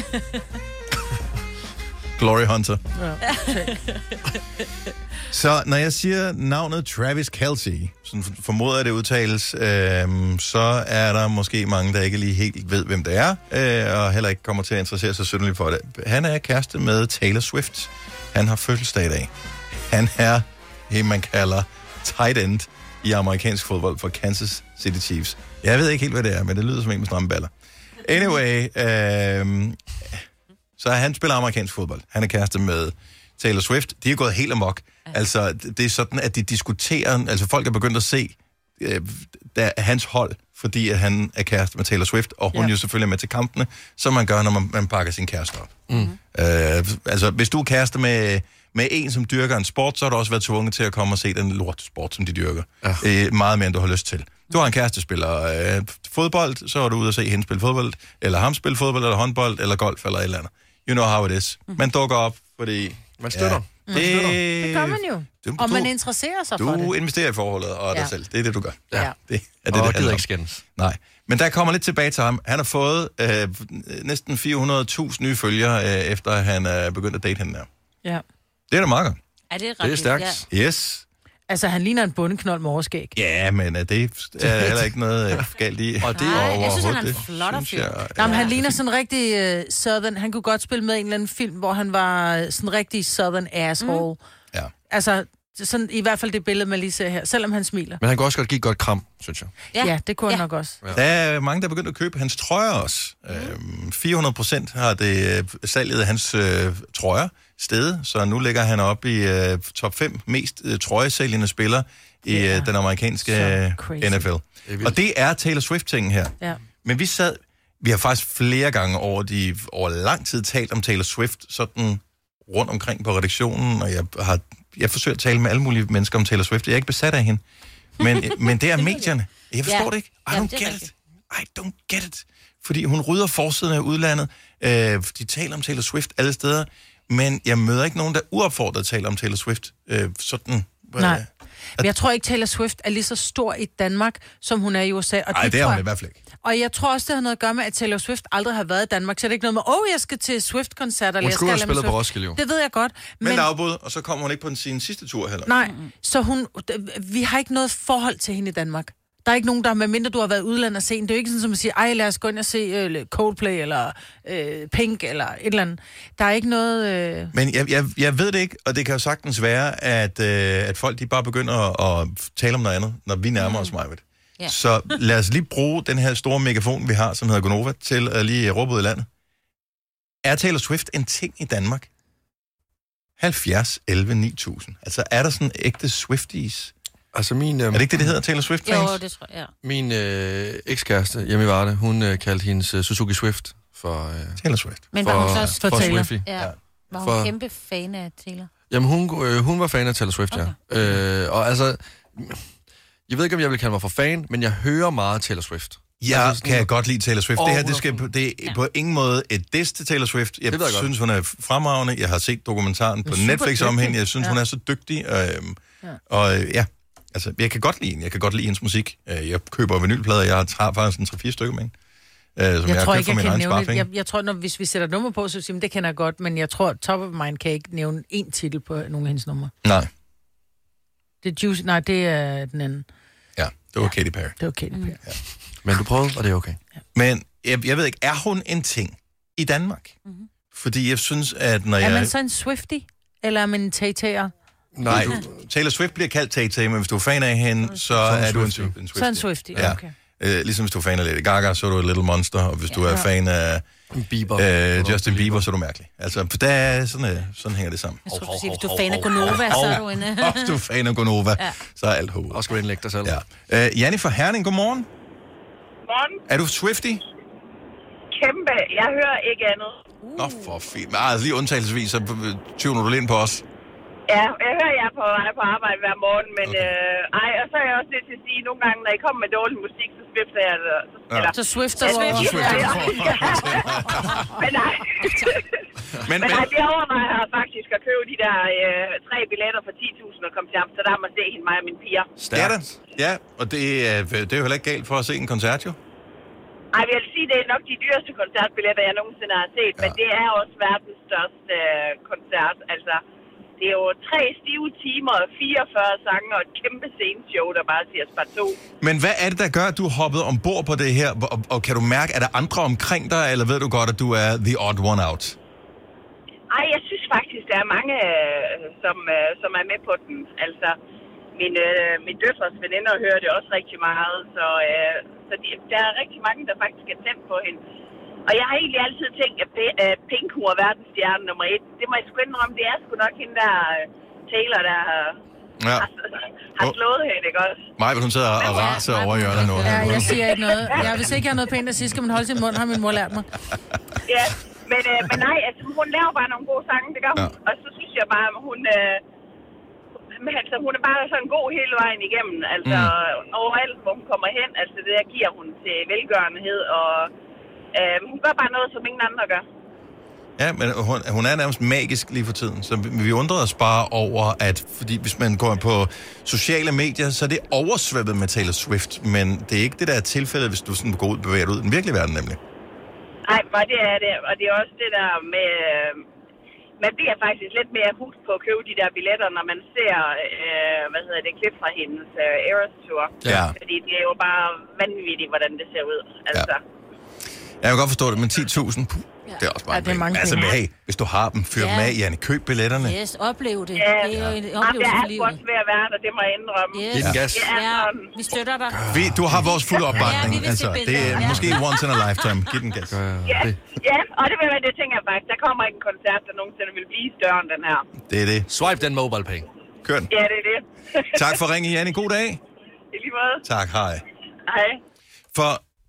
Glory Hunter. Ja. Så når jeg siger navnet Travis Kelce, sådan formoder jeg det udtales, øh, så er der måske mange, der ikke lige helt ved, hvem det er, øh, og heller ikke kommer til at interessere sig synderligt for det. Han er kæreste med Taylor Swift. Han har fødselsdag i dag. Han er, det man kalder tight end i amerikansk fodbold for Kansas City Chiefs. Jeg ved ikke helt, hvad det er, men det lyder som en med stramme baller. Anyway, øh, så han spiller amerikansk fodbold. Han er kæreste med Taylor Swift. De er gået helt amok. Altså, det er sådan, at de diskuterer... Altså, folk er begyndt at se øh, der, hans hold, fordi at han er kæreste med Taylor Swift, og hun ja. jo selvfølgelig er med til kampene, som man gør, når man, man pakker sin kæreste op. Mm. Øh, altså, hvis du er kæreste med, med en, som dyrker en sport, så har du også været tvunget til at komme og se den lortesport, som de dyrker. Ja. Øh, meget mere, end du har lyst til. Du har en kæreste, der spiller øh, fodbold, så er du ude og se hende spille fodbold, eller ham spille fodbold, eller håndbold, eller golf, eller et eller andet. You know how it is. Man dukker op, fordi... Man støtter. Ja, Det, det gør man jo. Du, Og man du- interesserer sig for det. Du investerer i forholdet og dig Ja. selv. Det er det, du gør. Ja. Det er det, Og det gider handler om. ikke skændes. Nej. Men der kommer lidt tilbage til ham. Han har fået øh, næsten fire hundrede tusind nye følgere, øh, efter at han er begyndt at date hende der. Ja. Det er da meget godt. Ja, det er, Det er stærkt. Ja. Yes. Altså, han ligner en bondeknold med overskæg. Ja, men øh, det er heller ikke noget øh, galt i. Og det- Nej, jeg synes, han er overhovedet. en Det flotter synes fyr. jeg, Nå, men han ligner sådan rigtig uh, southern. Han kunne godt spille med i en eller anden film, hvor han var øh, sådan rigtig southern asshole. Mm. Ja. Altså, sådan, i hvert fald det billede, man lige ser her. Selvom han smiler. Men han kan også godt give et godt kram, synes jeg. Ja, ja det kunne ja. han nok også. Der er mange, der er begyndt at købe hans trøjer også. Øhm, fire hundrede procent har det øh, salget af hans øh, trøjer steget, så nu ligger han op i øh, top fem mest øh, trøjesælgende spillere i Ja. øh, den amerikanske Så øh, crazy. N F L. vildt. Og det er Taylor Swift-tingen her. Ja. Men vi sad, vi har faktisk flere gange over, de, over lang tid talt om Taylor Swift, sådan rundt omkring på redaktionen, og jeg har jeg forsøger at tale med alle mulige mennesker om Taylor Swift. Jeg er ikke besat af hende. Men, men det er medierne. Jeg forstår Ja. det ikke. I Jamen, don't det er get rigtigt. it. I don't get it. Fordi hun rydder forsiden af udlandet. Øh, de taler om Taylor Swift alle steder. Men jeg møder ikke nogen, der uopfordret taler om Taylor Swift. Øh, sådan. Øh, Nej. Men jeg tror ikke, Taylor Swift er lige så stor i Danmark, som hun er i U S A. Nej, det, det er hun i hvert fald ikke. Og jeg tror også, det har noget at gøre med, at Taylor Swift aldrig har været i Danmark. Så det er ikke noget med, åh, oh, jeg skal til Swift-koncerter. Hun skulle have spillet på Roskilde, jo. Det ved jeg godt. Men, men afbud, og så kommer hun ikke på sin sidste tur heller. Nej, så hun, vi har ikke noget forhold til hende i Danmark. Der er ikke nogen, der, medmindre du har været udlandet og se hende. Det er jo ikke sådan, som at sige, ej, lad os gå ind og se uh, Coldplay, eller uh, Pink, eller et eller andet. Der er ikke noget... Uh... Men jeg, jeg, jeg ved det ikke, og det kan jo sagtens være, at, uh, at folk de bare begynder at, at tale om noget andet, når vi nærmer os mig. Ja. Så lad os lige bruge den her store megafon, vi har, som hedder Gonova, til at lige råbe ud i landet. Er Taylor Swift en ting i Danmark? halvfjerds elleve ni tusind. Altså, er der sådan ægte Swifties? Altså min... Øh, er det ikke det, det hedder, Taylor Swift-fans? Jo, det tror jeg, ja. Min øh, ekskæreste hjemme i Varde, hun øh, kaldte hendes uh, Suzuki Swift for... Øh, Taylor Swift. Men var hun så også for, for Taylor? Ja. ja. Var hun for, kæmpe fan af Taylor? Jamen, hun, øh, hun var fan af Taylor Swift, okay. ja. Øh, og altså... Jeg ved ikke, om jeg vil kalde mig for fan, men jeg hører meget Taylor Swift. Jeg altså, kan godt lide Taylor Swift. Oh, det her, det, skal, det er ja. på ingen måde et diss til Taylor Swift. Jeg, jeg synes, hun er fremragende. Jeg har set dokumentaren på Netflix dygtig. om hende. Jeg synes, ja. hun er så dygtig. Øhm, ja. Og ja, altså, jeg kan godt lide hende. Jeg kan godt lide hendes musik. Jeg køber vinylplader. Jeg har faktisk en tre fire stykker med hende. Øh, som jeg, jeg tror har ikke, jeg kan nævne jeg, jeg tror, når, hvis vi sætter nummer på, så siger det kender jeg godt. Men jeg tror, top of mind kan ikke nævne én titel på nogle af hendes numre. Nej. Det er Juice. Nej, det er den anden. Ja, det var ja. Katy Perry. Det var Katy Perry. Mm. Ja. Men du prøvede, og det er okay. Ja. Men jeg, jeg ved ikke, er hun en ting i Danmark? Mm-hmm. Fordi jeg synes, at når er jeg... Er man så en Swiftie? Eller er man en Tay-Tay'er? Nej, Taylor Swift bliver kaldt Tay-Tay, men hvis du er fan af hende, så, så er du en, en Swiftie. Så en Swiftie, ja. Okay. Øh, ligesom hvis du er fan af Lady Gaga, så er du et Little Monster, og hvis ja. du er fan af Bieber. Øh, Justin Bieber, så er du mærkelig. Altså, der er sådan, sådan hænger det sammen. Jeg tror, du siger, hvis du er fan af Gonova, så er du en... Hvis du er fan af Gonova, ja. så er alt hovedet. Og skal du indlægge dig selv. Ja. Øh, Janni fra Herning, godmorgen. Morgen. Er du Swiftie? Kæmpe. Jeg hører ikke andet. Uh. Nå, for fint. Men altså lige undtagelsesvis, så tyver du lidt på os. Ja, jeg hører jer på vej på arbejde hver morgen, men okay. øh, ej, og så er jeg også lidt til at sige, at nogle gange, når I kommer med dårlig musik, så swifter jeg det. Ja. Eller, så swifter du over. Men nej. men, men nej, det overvejer jeg faktisk at købe de der øh, tre billetter for ti tusind og komme til Amsterdam og se hende, mig og mine piger. Stærkt. Ja, og det er, det er jo heller ikke galt for at se en koncert, jo. Ej, jeg vil sige, det er nok de dyreste koncertbilletter, jeg nogensinde har set, ja. men det er også verdens største øh, koncert, altså. Det er jo tre stive timer og fireogfyrre sange og et kæmpe sceneshow, der bare siger sparto. Men hvad er det, der gør, at du hoppede ombord på det her? Og, og kan du mærke, er der andre omkring dig, eller ved du godt, at du er the odd one out? Ej, jeg synes faktisk, der er mange, som, som er med på den. Altså, min, øh, min døtres veninder hører det også rigtig meget, så, øh, så de, der er rigtig mange, der faktisk er tændt på hende. Og jeg har egentlig altid tænkt, at Pink hun er verdensstjerne nummer et. Det må jeg sgu indrømme, det er sgu nok hende der Taylor, der ja. har, har slået hende, ikke også? Maj, hun sidder og raser over hjørnet nu. Ja, jeg siger ikke noget. Ja, hvis ikke jeg har noget pænt at sige, skal man holde sin mund, har min mor lært mig. Ja, men, øh, men nej, altså, hun laver bare nogle gode sange, det gør hun. Ja. Og så synes jeg bare, at hun... Øh, altså, hun er bare sådan god hele vejen igennem. Altså, mm. overalt, hvor hun kommer hen, altså, det der giver hun til velgørenhed og... Uh, hun gør bare noget, som ingen andre gør. Ja, men hun, hun er nærmest magisk lige for tiden. Så vi, vi undrer os bare over, at fordi hvis man går på sociale medier, så er det oversvømmet med Taylor Swift. Men det er ikke det, der er tilfældet, hvis du sådan går ud og bevæger dig ud i den virkelige verden, nemlig. Nej, og det er det. Og det er også det der med... Man bliver faktisk lidt mere hugt på at købe de der billetter, når man ser, øh, hvad hedder det, klip fra hendes øh, Eras Tour. Ja. Fordi det er jo bare vanvittigt, hvordan det ser ud. Altså... Ja. Jeg kan godt forstå det, men ti tusind, puh, ja. det er også bare ja, det er mange altså, men hey, hvis du har dem, fyr ja. dem af, Janne, køb billetterne. Yes, oplev det. Ja. Det er jo en oplevelse for livet. Det er også ved at være der, det må jeg indrømme. Yes. Giv den gas. Ja, vi støtter dig. Vi, du har vores fulde opbakning. Ja, altså, det er ja. måske once in a lifetime. Giv den gas. Ja, ja, og det vil være det, tænker jeg faktisk. Der kommer ikke en koncert, der nogensinde vil blive større end den her. Det er det. Swipe den mobile pay. Kør den. Ja, det er det. Tak for ringen, Janne. God dag. I lige måde. Tak, hej. Hej. For...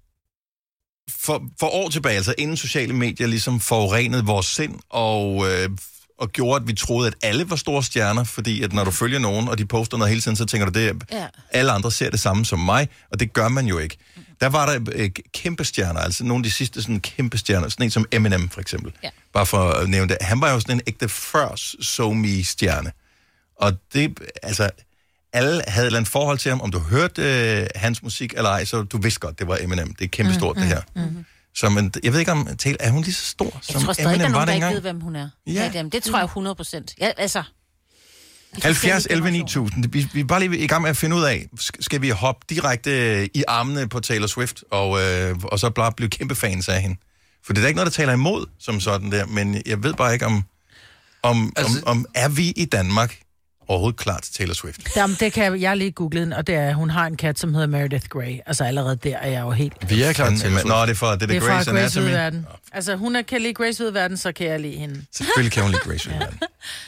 For, for år tilbage, altså inden sociale medier ligesom forurenede vores sind og, øh, og gjorde, at vi troede, at alle var store stjerner, fordi at når du følger nogen, og de poster noget hele tiden, så tænker du, det ja. alle andre ser det samme som mig, og det gør man jo ikke. Der var der øh, kæmpe stjerner, altså nogle af de sidste sådan kæmpe stjerner, sådan en som Eminem for eksempel. Ja. Bare for at nævne det. Han var jo sådan en ægte first so me stjerne. Og det, altså, alle havde et eller andet forhold til ham, om du hørte øh, hans musik eller ej, så du vidste godt, det var Eminem. Det er kæmpestort, mm, mm, det her. Mm. Så men, jeg ved ikke om, Taylor, er hun lige så stor, som Eminem var dengang? Jeg tror stadig, der er nogen, der ikke ved, hvem hun er. Ja. Ja, det tror jeg hundrede procent. Ja, altså... halvfjerds elleve ni tusind. Vi, vi er bare lige i gang med at finde ud af, skal vi hoppe direkte i armene på Taylor Swift, og, øh, og så bare blive kæmpe fans af hende? For det er ikke noget, der taler imod, som sådan der, men jeg ved bare ikke, om, om, altså, om, om er vi i Danmark overhovedet klar til Taylor Swift? Jamen, det kan jeg, jeg lige google den, og det er, hun har en kat, som hedder Meredith Grey. Altså allerede der er jeg jo helt... Vi er klar til Taylor Swift. Nå, det er for det, det er Grey's Anatomy. Verden. Altså, hun er, kan lide Grace ved verden, så kan jeg lide hende. Selvfølgelig kan hun lide Grace ved verden.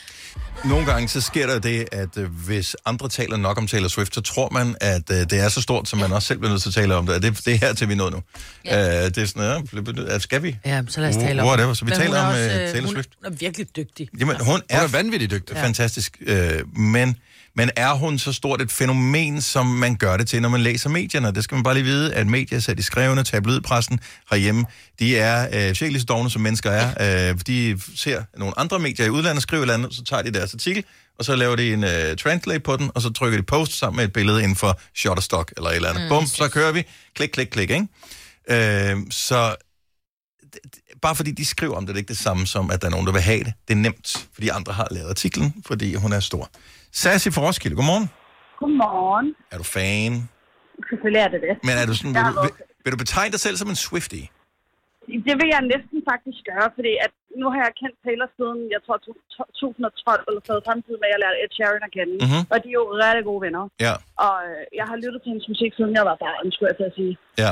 Nogle gange så sker der det, at øh, hvis andre taler nok om Taylor Swift, så tror man, at øh, det er så stort, som man også selv bliver nødt til at tale om det. Det, det er her til vi er nået nu. Ja. Øh, det er sådan, ja, skal vi? Ja, så lad os tale om Whatever. Så vi men taler om også, øh, Taylor Swift. Hun er virkelig dygtig. Jamen, hun er, hun er vanvittigt dygtig. Fantastisk. Øh, men, men er hun så stort et fænomen, som man gør det til, når man læser medierne? Det skal man bare lige vide, at medier, så de skrevne, tabloidpressen herhjemme, de er øh, sjældent så dovne, som mennesker er. Øh, de ser nogle andre medier i udlandet skrive et eller andet, så tager de deres artikel, og så laver de en uh, translate på den, og så trykker de post sammen med et billede inden for Shutterstock eller et eller andet. Mm, Bum, så kører vi. Klik, klik, klik, ikke? Øh, så d- d- bare fordi de skriver om det, det er ikke det samme som, at der er nogen, der vil have det. Det er nemt, fordi andre har lavet artiklen, fordi hun er stor. Sassy fra Roskilde, godmorgen. Godmorgen. Er du fan? Selvfølgelig er det det. Men er du sådan, vil, du, vil, vil du betegne dig selv som en Swiftie? Det vil jeg næsten faktisk gøre, fordi at nu har jeg kendt Taylor siden, jeg tror, to tusind og tolv, eller så samtidig med, at jeg lærte Ed Sheeran at kende. Mm-hmm. Og de er jo rigtig gode venner. Ja. Og øh, jeg har lyttet til hendes musik, siden jeg var barn, skulle jeg til at sige. Ja.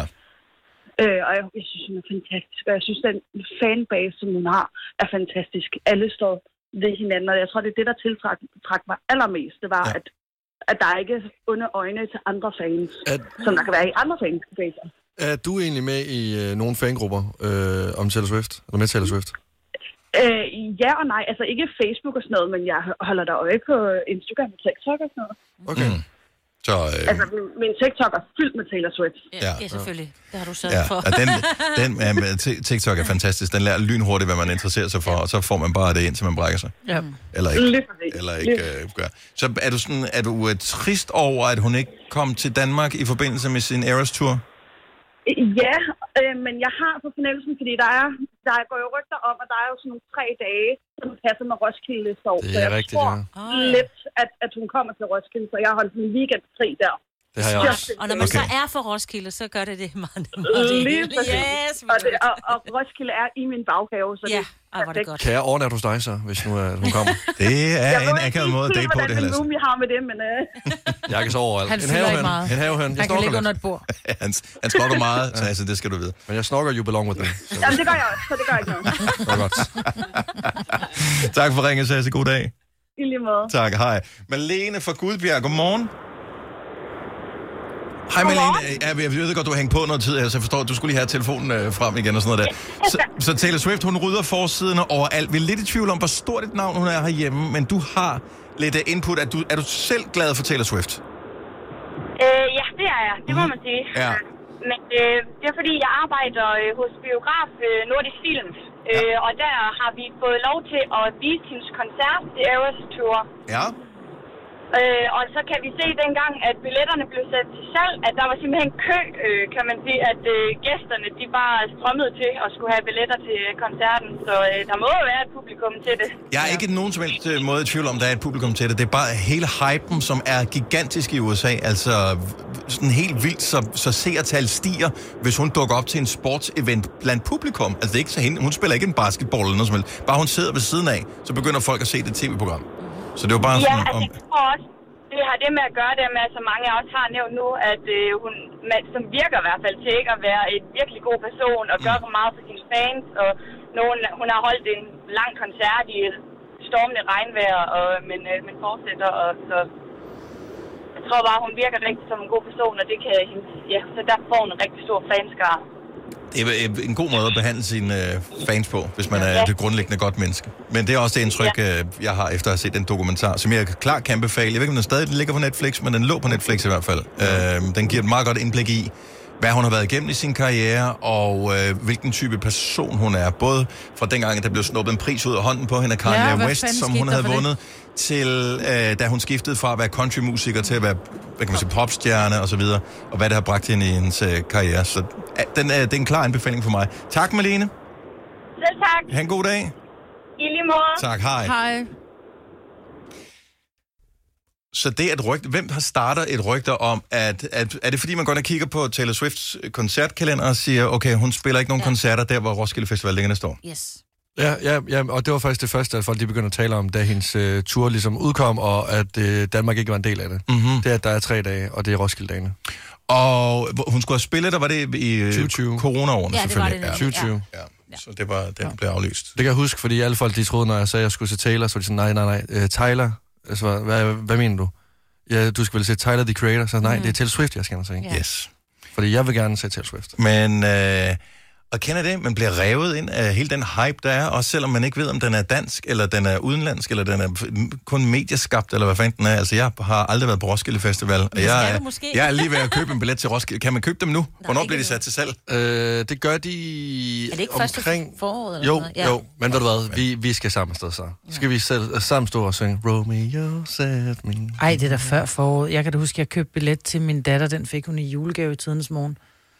Øh, og jeg, jeg synes, hun er fantastisk. Og jeg synes, den fanbase, som hun har, er fantastisk. Alle står ved hinanden, og jeg tror, det er det, der tiltrak mig allermest. Det var, ja. at, at der ikke er onde øjne til andre fans, at... som der kan være i andre fansbaser. Er du egentlig med i øh, nogle fangrupper øh, om Taylor Swift? Eller med Taylor Swift? Øh, ja og nej. Altså ikke Facebook og sådan noget, men jeg holder der øje på Instagram og TikTok og sådan noget. Okay. Mm. Så, øh... Altså min, min TikTok er fyldt med Taylor Swift. Ja, ja selvfølgelig. Det har du sørget ja. for. Ja, den, den, ja, TikTok er fantastisk. Den lærer lynhurtigt, hvad man interesserer sig for, og så får man bare det ind, til man brækker sig. Ja. Eller ikke, eller ikke øh, gør. Så er du, sådan, er du uh, trist over, at hun ikke kom til Danmark i forbindelse med sin Eras Tour? Ja, øh, men jeg har på fornemmelsen, fordi der er, der går jo rygter om, at der er jo sådan nogle tre dage, som passer med Roskilde næste år. Det er så jeg rigtigt, tror ja. lidt, at, at hun kommer til Roskilde, så jeg har holdt en weekend fri der. Det har jeg også. Og når man okay. så er for Roskilde, så gør det det meget nemmere. Lige yes, og, det, og, og Roskilde er i min baghave, så ja. det Ej, var det godt. Kan jeg overnatte hos dig så, hvis nu uh, hun kommer? Det er jeg en akavet måde at date på, det her. Jeg ved ikke, har med det, men... Uh... Jeg kan sove overalt. Han fylder ikke meget. En havehøn. Han kan ligge under et bord. han, han snokker meget, så altså, det skal du vide. Men jeg snokker you belong with them. Så. Jamen, det gør jeg også, så det gør ikke noget. Det er godt. Tak for ringen, Sasse. God dag. I lige måde. Tak, hej. Malene fra Gudbjerg, godmorgen. Hej Malene, jeg, jeg ved godt, du har hængt på noget tid her, så jeg forstår, at du skulle lige have telefonen øh, frem igen og sådan noget der. Så, så Taylor Swift, hun rydder forsiden overalt. Vi er lidt i tvivl om, hvor stort et navn hun er herhjemme, men du har lidt input. Er du, er du selv glad for Taylor Swift? Øh, ja, det er jeg. Det må man sige. Ja. Men øh, det er fordi, jeg arbejder øh, hos biograf øh, Nordisk Film, øh, ja. Og der har vi fået lov til at vise hendes koncert til Eras Tour. Ja. Øh, og så kan vi se dengang, at billetterne blev sat til salg, at der var simpelthen kø, øh, kan man sige, at øh, gæsterne de bare strømmede til at skulle have billetter til koncerten. Så øh, der må jo være et publikum til det. Jeg er ikke nogen som helst måde i tvivl om, der er et publikum til det. Det er bare hele hypen, som er gigantisk i U S A. Altså sådan helt vildt, så, så seertal stiger, hvis hun dukker op til en sportsevent blandt publikum. Altså det er ikke så hende. Hun spiller ikke en basketball eller noget som helst. Bare hun sidder ved siden af, så begynder folk at se det tv-program. Så det var bare ja, sådan... Altså, om... jeg tror også, det har det med at gøre det med, som mange af os har nævnt nu, at øh, hun, med, som virker i hvert fald til ikke at være en virkelig god person, og gør for meget for sine fans, og nogen, hun har holdt en lang koncert i stormende regnvejr, og, men, øh, men fortsætter, og så... Jeg tror bare, hun virker rigtig som en god person, og det kan ja, så der får hun en rigtig stor fanskare. Det er en god måde at behandle sine øh, fans på, hvis man er ja. det grundlæggende godt menneske. Men det er også det indtryk, ja. øh, jeg har efter at have set den dokumentar, som jeg klart kan anbefale. Jeg ved ikke, om den stadig ligger på Netflix, men den lå på Netflix i hvert fald. Ja. Øh, den giver et meget godt indblik i, hvad hun har været igennem i sin karriere, og øh, hvilken type person hun er. Både fra dengang, at der blev snuppet en pris ud af hånden på hende af Kanye ja, West, som hun havde vundet, til øh, da hun skiftede fra at være countrymusiker til at være, hvad kan man sige, popstjerne og så videre, og hvad det har bragt hende i hendes øh, karriere. Så øh, den, øh, det er en klar anbefaling for mig. Tak, Malene. Selv tak. Ha' en god dag. I lige måde. Tak, hej. Hej. Så det er et rygte. Hvem har startet et rygte om, at, at er det fordi, man går ind og kigger på Taylor Swifts koncertkalender og siger, okay, hun spiller ikke nogen ja. koncerter der, hvor Roskilde Festival ligger næste år? Yes. Ja, ja, ja, og det var faktisk det første, at folk de begyndte at tale om, da hendes uh, tur ligesom udkom, og at uh, Danmark ikke var en del af det. Mm-hmm. Det er, at der er tre dage, og det er Roskilde-dagene. Og hun skulle have spillet, der var det i tyve tyve corona-årene, Ja, det var selvfølgelig. det. Ja. tyve tyve. Ja. Ja. Så det var, den blev aflyst. Det kan jeg huske, fordi alle folk, de troede, når jeg sagde, at jeg skulle se Taylor, så var de sådan, nej, nej, nej, uh, Tyler, altså, hvad, hvad mener du? Ja, du skal vel se Tyler, the Creator, så nej, mm. det er Taylor Swift, jeg skal gerne se. Yeah. Yes. Fordi jeg vil gerne se Taylor Swift. Men, øh, og kender det, man bliver revet ind af hele den hype, der er, også selvom man ikke ved, om den er dansk, eller den er udenlandsk, eller den er kun medieskabt, eller hvad fanden den er. Altså, jeg har aldrig været på Roskilde Festival, og jeg er, jeg er lige ved at købe en billet til Roskilde. Kan man købe dem nu? Hvornår bliver de sat til salg? Øh, det gør de Er det ikke omkring... første foråret? Eller Jo, noget? Ja. jo, men ved du hvad, vi, vi skal sammen sted så. Skal vi selv, sammen stå og synge Romeo set me. Ej, det er da før foråret. Jeg kan da huske, at jeg købte billet til min datter. Den fik hun i julegave i tidens morgen.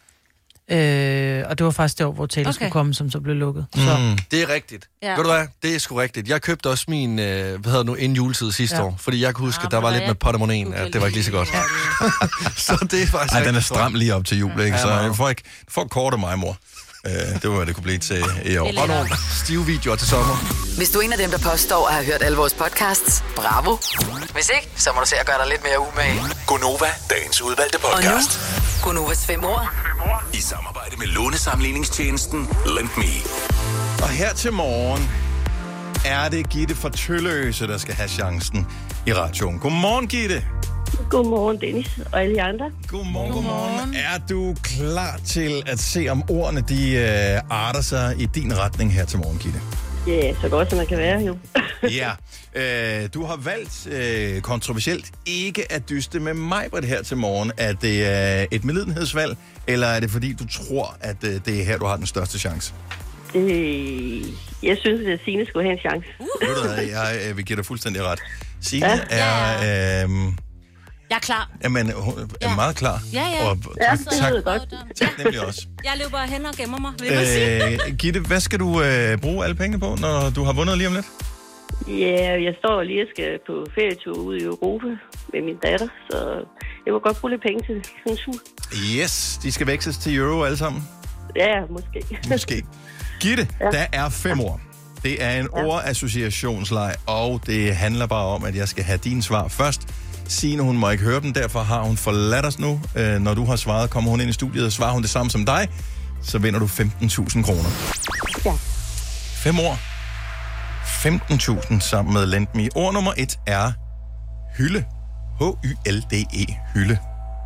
Øh, og det var faktisk det år, hvor Taylor okay. skulle komme, som så blev lukket. Mm. Så. Det er rigtigt. Ja. Ved du hvad? Det er sgu rigtigt. Jeg købte også min, øh, hvad hedder nu, inden juletid sidste ja. år. Fordi jeg kunne huske, Ah, at der var hvor lidt er med portemonnaien, at det var ikke lige så godt. Ja. Så det er faktisk... Ej, den er stram lige op til jul, ikke? Ja, Så meget. jeg får ikke får kort af mig, mor. Uh, det var, hvad det kunne blive til i år. Og nogle stive videoer til sommer. Hvis du er en af dem, der påstår at have hørt alle vores podcasts, bravo. Hvis ikke, så må du se at gøre dig lidt mere umage. Gonova, dagens udvalgte podcast. Og nu, Gonovas fem år. I samarbejde med lånesamligningstjenesten Lend Me. Og her til morgen er det Gitte fra Tølløse, der skal have chancen i radioen. Godmorgen, Gitte. Godmorgen, Dennis og alle andre. Godmorgen, godmorgen. Er du klar til at se, om ordene de øh, arter sig i din retning her til morgen, Gitte? Ja, så godt som man kan være, jo. Ja. Øh, du har valgt øh, kontroversielt ikke at dyste med mig på det her til morgen. Er det øh, et medlidenhedsvalg, eller er det fordi, du tror, at øh, det er her, du har den største chance? Øh, jeg synes, at Signe skulle have en chance. Uh. Ved du hvad, jeg øh, vil give dig fuldstændig ret. Signe Ja. er... Øh, Jeg er klar. Jamen, hun er Ja. meget klar. Ja, ja. Og, Ja, tak, det lyder godt. tak nemlig også. Jeg løber hen og gemmer mig, vil jeg sige. Øh, Gitte, hvad skal du øh, bruge alle pengene på, når du har vundet lige om lidt? Ja, jeg står lige og skal på ferietur ude i Europa med min datter, så jeg vil godt bruge lidt penge til sådan en tur. Yes, de skal veksles til euro alle sammen. Ja, måske. Måske. Gitte, ja. Der er fem ord. Det er en ja. ordassociationsleg, og det handler bare om, at jeg skal have din svar først. Signe, hun må ikke høre dem, derfor har hun forladt os nu. Øh, når du har svaret, kommer hun ind i studiet, og svarer hun det samme som dig, så vinder du femten tusind kroner. Ja. Fem ord. femten tusind sammen med Lend Me. Ord nummer et er hylde. H Y L D E. Hylde.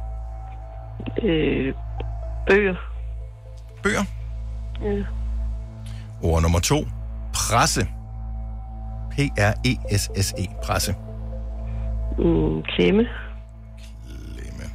Øh, bøger. Bøger. Ja. Ord nummer to. Presse. P R E S S E. Presse. Mm, klemme. Klemme.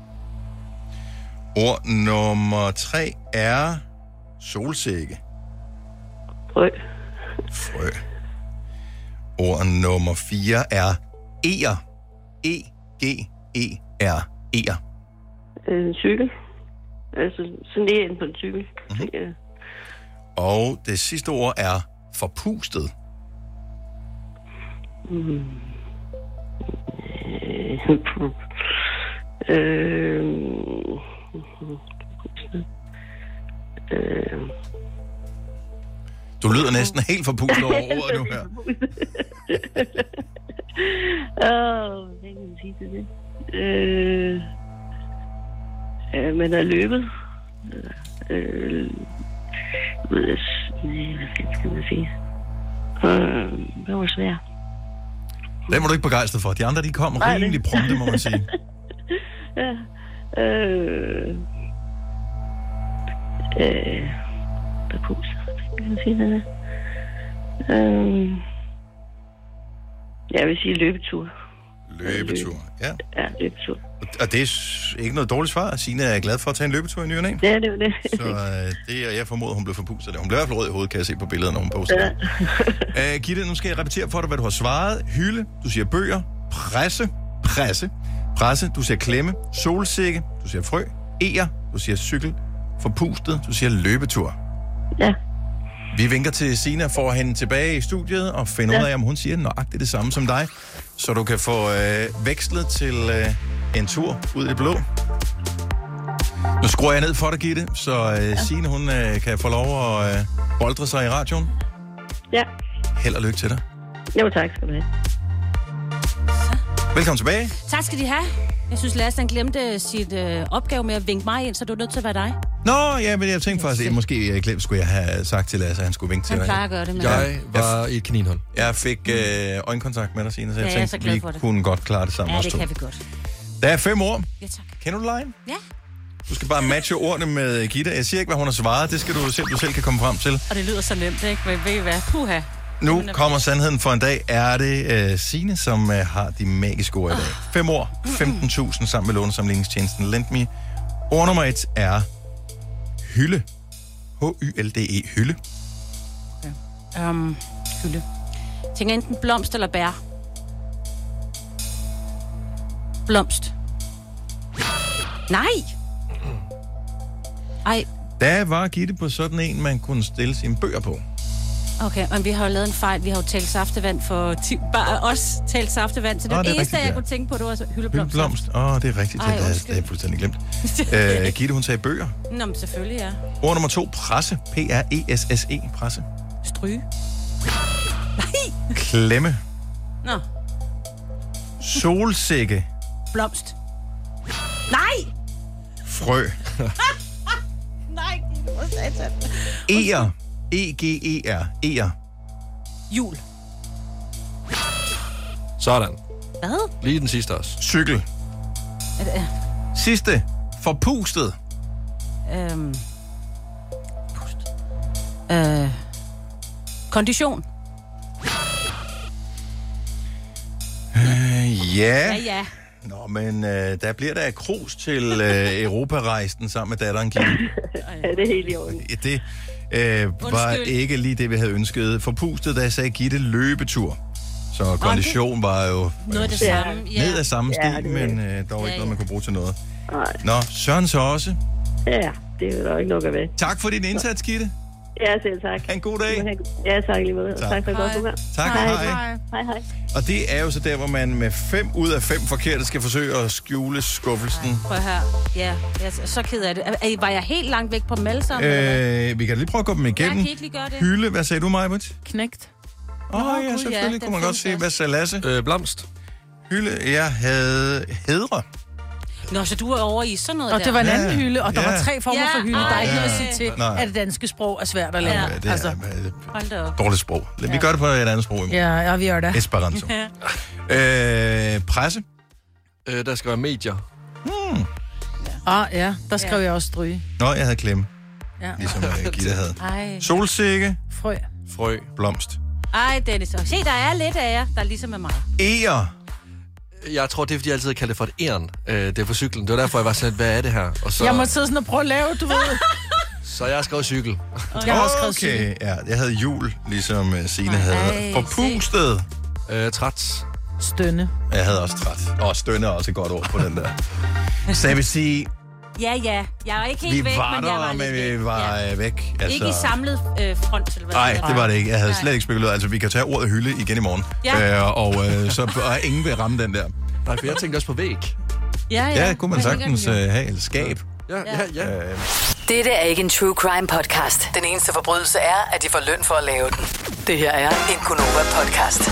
Ord nummer tre er solsikke. Frø. Frø. Ord nummer fire er eger. E G E R. Eger. Øh, en cykel. Altså, sådan lige ind på en cykel. Mm-hmm. Ja. Og det sidste ord er forpustet. Mm. Øh, øh, Du lyder næsten helt forpustet over ordet nu her. Åh, hvad kan man sige til det? Øh, øh, man har løbet. Øh, ved jeg, nej, hvad fanden skal man sige? Øh, det var svært. Den var du ikke begejstret for. De andre, de kom Nej, rimelig det. prompte, må man sige. Ja. Øh, øh, hvad puster? Hvad kan man sige det der? Øh, jeg vil sige løbetur. Løbetur, ja. Ja, løbetur. Og det er ikke noget dårligt svar. Signe er glad for at tage en løbetur i ny og næ. Ja, det er det. Så øh, det er jeg formoder, hun blev forpustet. Hun blev i hvert fald rød i hovedet, kan jeg se på billedet, når hun poster det. Uh, Gitte, nu skal jeg repetere for dig, hvad du har svaret. Hylde, du siger bøger. Presse, presse, presse, du siger klemme. Solsikke, du siger frø. Eger, du siger cykel. Forpustet, du siger løbetur. Ja. Vi vinker til Sina for at hende tilbage i studiet og finde ja. ud af, om hun siger nøjagtigt det samme som dig. Så du kan få øh, vekslet til øh, en tur ud i det blå. Nu skruer jeg ned for dig, Gitte, så øh, ja. Signe, hun øh, kan få lov at øh, boldre sig i radioen. Ja. Held og lykke til dig. Jo, tak skal du have. Velkommen tilbage. Tak skal de have. Jeg synes, Lasse, han glemte sit øh, opgave med at vinke mig ind, så du er nødt til at være dig. Nå, ja, men jeg tænkte faktisk, at måske jeg glemte, skulle jeg have sagt til Lasse, at han skulle vinke til Han dig. plejer at gøre det med Jeg var i et kaninhold. Jeg fik øh, øjenkontakt med dig, Signe, så jeg Ja, jeg er så tænkte, glad vi for det. kunne godt klare det sammen Ja, også det to. kan vi godt. Der er fem ord. Ja, tak. Kender du lejen? Ja. Du skal bare matche ordene med Gitte. Jeg siger ikke, hvad hun har svaret. Det skal du selv, du selv kan komme frem til. Og det lyder så nemt, ikke? Men ved I hvad? Puha. Nu kommer sandheden for en dag. Er det uh, Signe, som uh, har de magiske ord i dag. Fem ord, femten tusind sammen med lånesamligningstjenesten LendMe. Ord nummer et er hylde. H Y L D E, hylde. Okay. Um, hylde. Tænk enten blomst eller bær. Blomst. Nej! Ej, Der var Gitte på sådan en, man kunne stille sine bøger på. okay, men vi har jo lavet en fejl. Vi har jo talt saftevand for ti- bare os talt saftevand. Så det, Nå, det det er eneste, rigtigt, jeg ja. kunne tænke på, det var så hyldeblomst. Hyldeblomst. Åh, oh, det er rigtigt. Ej, Det er, undskyld. det er fuldstændig glemt. uh, Gitte, hun sagde bøger. Nå, men selvfølgelig, ja. Ord nummer to, presse. P R E S S E, presse. Stryge. Nej! Klemme. Nå, Solsikke. blomst. Nej! Frø. Nej, hvor satan. Eger. E G E R. Eger. Jul. Sådan. Hvad? Lige den sidste også. Cykel. Er det, Sidste. Forpustet. øhm, pust. Øh, kondition. Øh, ja. Ja, ja. Nå, men øh, der bliver der krus til øh, Europarejsen sammen med datteren Gitte. Ja, det er helt i orden. Det øh, var Undskyld. ikke lige det, vi havde ønsket. Forpustet, da jeg sagde Gitte løbetur. Så kondition var jo Noget af det Ja. samme. Ja. ned af samme Ja, sti, det- men øh, der var Ja, ikke ja. noget, man kunne bruge til noget. Nej. Nå, Søren så også. Ja, det er der ikke nok at være. Tak for din indsats, Gitte. Ja, selv tak. Ha' en god dag. Ja, tak lige måde. Tak. Tak for et godt Hej. program. Tak, Hej. hej. Hej, hej. Og det er jo så der, hvor man med fem ud af fem forkerte skal forsøge at skjule skuffelsen. Prøv her. Ja, jeg er så ked af det. Er, er- var jeg helt langt væk på dem alle sammen? eller hvad? Øh, vi kan lige prøve at gå dem igennem. Jeg kan ikke lige gøre det. Hylde, hvad sagde du, Majbert? Knægt. Åh, oh, ja, gud, selvfølgelig ja, kunne den man godt findes se. også. Hvad sagde Lasse? Øh, blomst. Hylde, jeg havde hedre. Nå, så du er over i sådan noget Og der. det var en Ja, anden hylde, og der ja. var tre former Ja, for hylde. Der er ikke ej. noget at sige til, Nej. at det danske sprog er svært at lære. Ja. Ja, det er Altså, altså, Hold da op. dårligt sprog. Vi gør det på et andet sprog. Ja. ja, ja, vi gør det. Esperanto. Ja. Øh, presse. Øh, der skal være medier. Hmm. Ah, ja, der skrev jeg også stryge. Nå, jeg havde klemme, Ja. ligesom uh, Gitte havde. Ej. Solsikke, Frø. Frø. blomst. Ej, Dennis. Se, der er lidt af jer, der er ligesom med mig. Eger. Jeg tror, det er, fordi jeg altid har kaldt det for et æren. Øh, det er for cyklen. Det var derfor, jeg var sådan lidt, hvad er det her? Og så, Jeg må sidde sådan og prøve at lave, du ved. så jeg har skrevet cykel. Jeg har også skrevet Okay, cykel. ja, jeg havde jul, ligesom uh, Signe Ej, havde. Forpustet. Øh, træt. Stønne. Jeg havde også træt. Og stønne er også et godt ord på den der. Så jeg vil sige, Ja, ja. Jeg er ikke helt vi væk, var men jeg var der, lidt men vi væk. var Ja. ja. væk. Altså, Ikke i samlet øh, front, eller hvad Nej, hedder. det var det ikke. Jeg havde Nej. slet ikke spekuleret. Altså, vi kan tage ordet hylde igen i morgen. Ja. Øh, og øh, så og ingen vil ramme den der. Nej, for jeg tænkte også på væg. Ja, ja. Ja, kunne man Hvor hænger sagtens den øh, jo? have. Eller skab. Ja, ja, ja. Øh, Dette er ikke en true crime podcast. Den eneste forbrydelse er, at de får løn for at lave den. Det her er en Gunova podcast.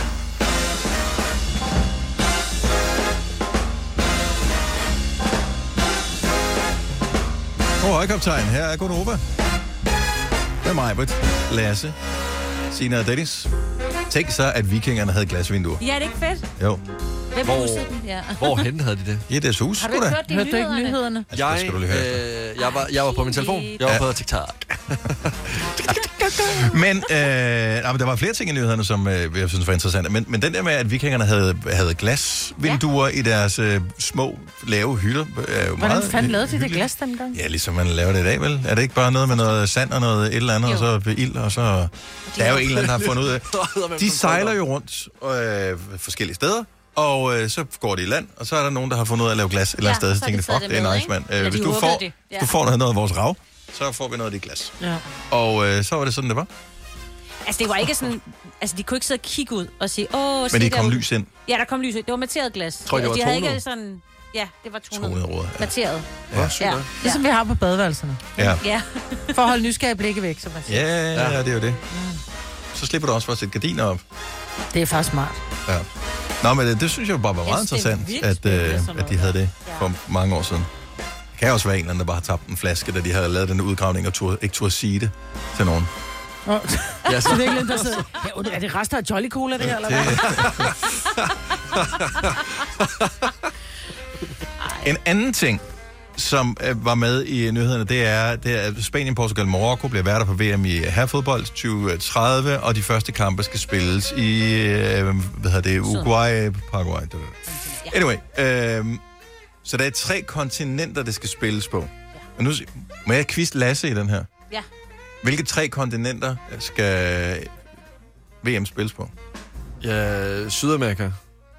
Åh, højkaptajn, her er Gunova. Med mig, Britt, Lasse, Signe og Dennis. Tænk så, at vikingerne havde glasvinduer. Ja, det er ikke fedt. Jo. Hvem Hvor- husede dem? Ja. Hvorhen havde de det? I deres hus, Har du sgu ikke da. hørt det i Hørte du ikke nyhederne? nyhederne? Altså, det Jeg, skal du lige høre efter. øh, jeg, var, jeg var på min telefon. Jeg var Ja. på TikTok. Men, øh, nej, men der var flere ting i nyhederne, som øh, jeg synes var interessante. Men, men den der med, at vikingerne havde, havde glasvinduer ja. i deres øh, små, lave hytter. Øh, Hvordan fanden lavede de det glas dengang? Ja, ligesom man laver det i dag, vel? Er det ikke bare noget med noget sand og noget et eller andet, jo. og så ild, og så... Der er jo en eller anden, der har fundet ud af. De sejler jo rundt øh, forskellige steder, og øh, så går de i land, og så er der nogen, der har fundet ud af at lave glas et eller andet ja, sted. Så tænker de, fuck, det er nice, mand. Øh, hvis du får, ja. du får noget af vores rav, så får vi noget af dit glas. Ja. Og øh, så var det sådan, det var. Altså, det var ikke sådan... Altså, de kunne ikke sidde og kigge ud og sige, åh... Men de kom lys ind. Ja, der kom lys ind. Det var materet glas. Tror I, det var de tonet? havde ikke sådan... Ja, det var tonet. Tonet råd, ja. Materet. Ja. Ja. Ja. Ligesom vi har på badeværelserne. Ja. Ja. For at holde nysgerrige blikke væk, som man siger. Ja, ja, ja, det er jo det. Så slipper du også for at sætte gardiner op. Det er faktisk smart. Ja. Nå, men det, det synes jeg bare var meget interessant, at, øh, at de havde det for mange år siden. Det kan også være en eller anden, der bare har tabt en flaske, da de havde lavet den udgravning og tur, ikke turde sige det til nogen. Oh. Ja, så det er ikke der sidder... Ja, er det rester af Jolly Cola, det her, eller hvad? En anden ting, som øh, var med i nyhederne, det er, det er at Spanien, Portugal, Marokko bliver værter på V M i herrefodbold tyve tredive, og de første kampe skal spilles i, øh, hvad hedder det, Uruguay, Paraguay. Anyway, øh, så der er tre kontinenter, det skal spilles på. Og nu må jeg quiz Lasse i den her. Ja. Hvilke tre kontinenter skal V M spilles på? Ja, Sydamerika.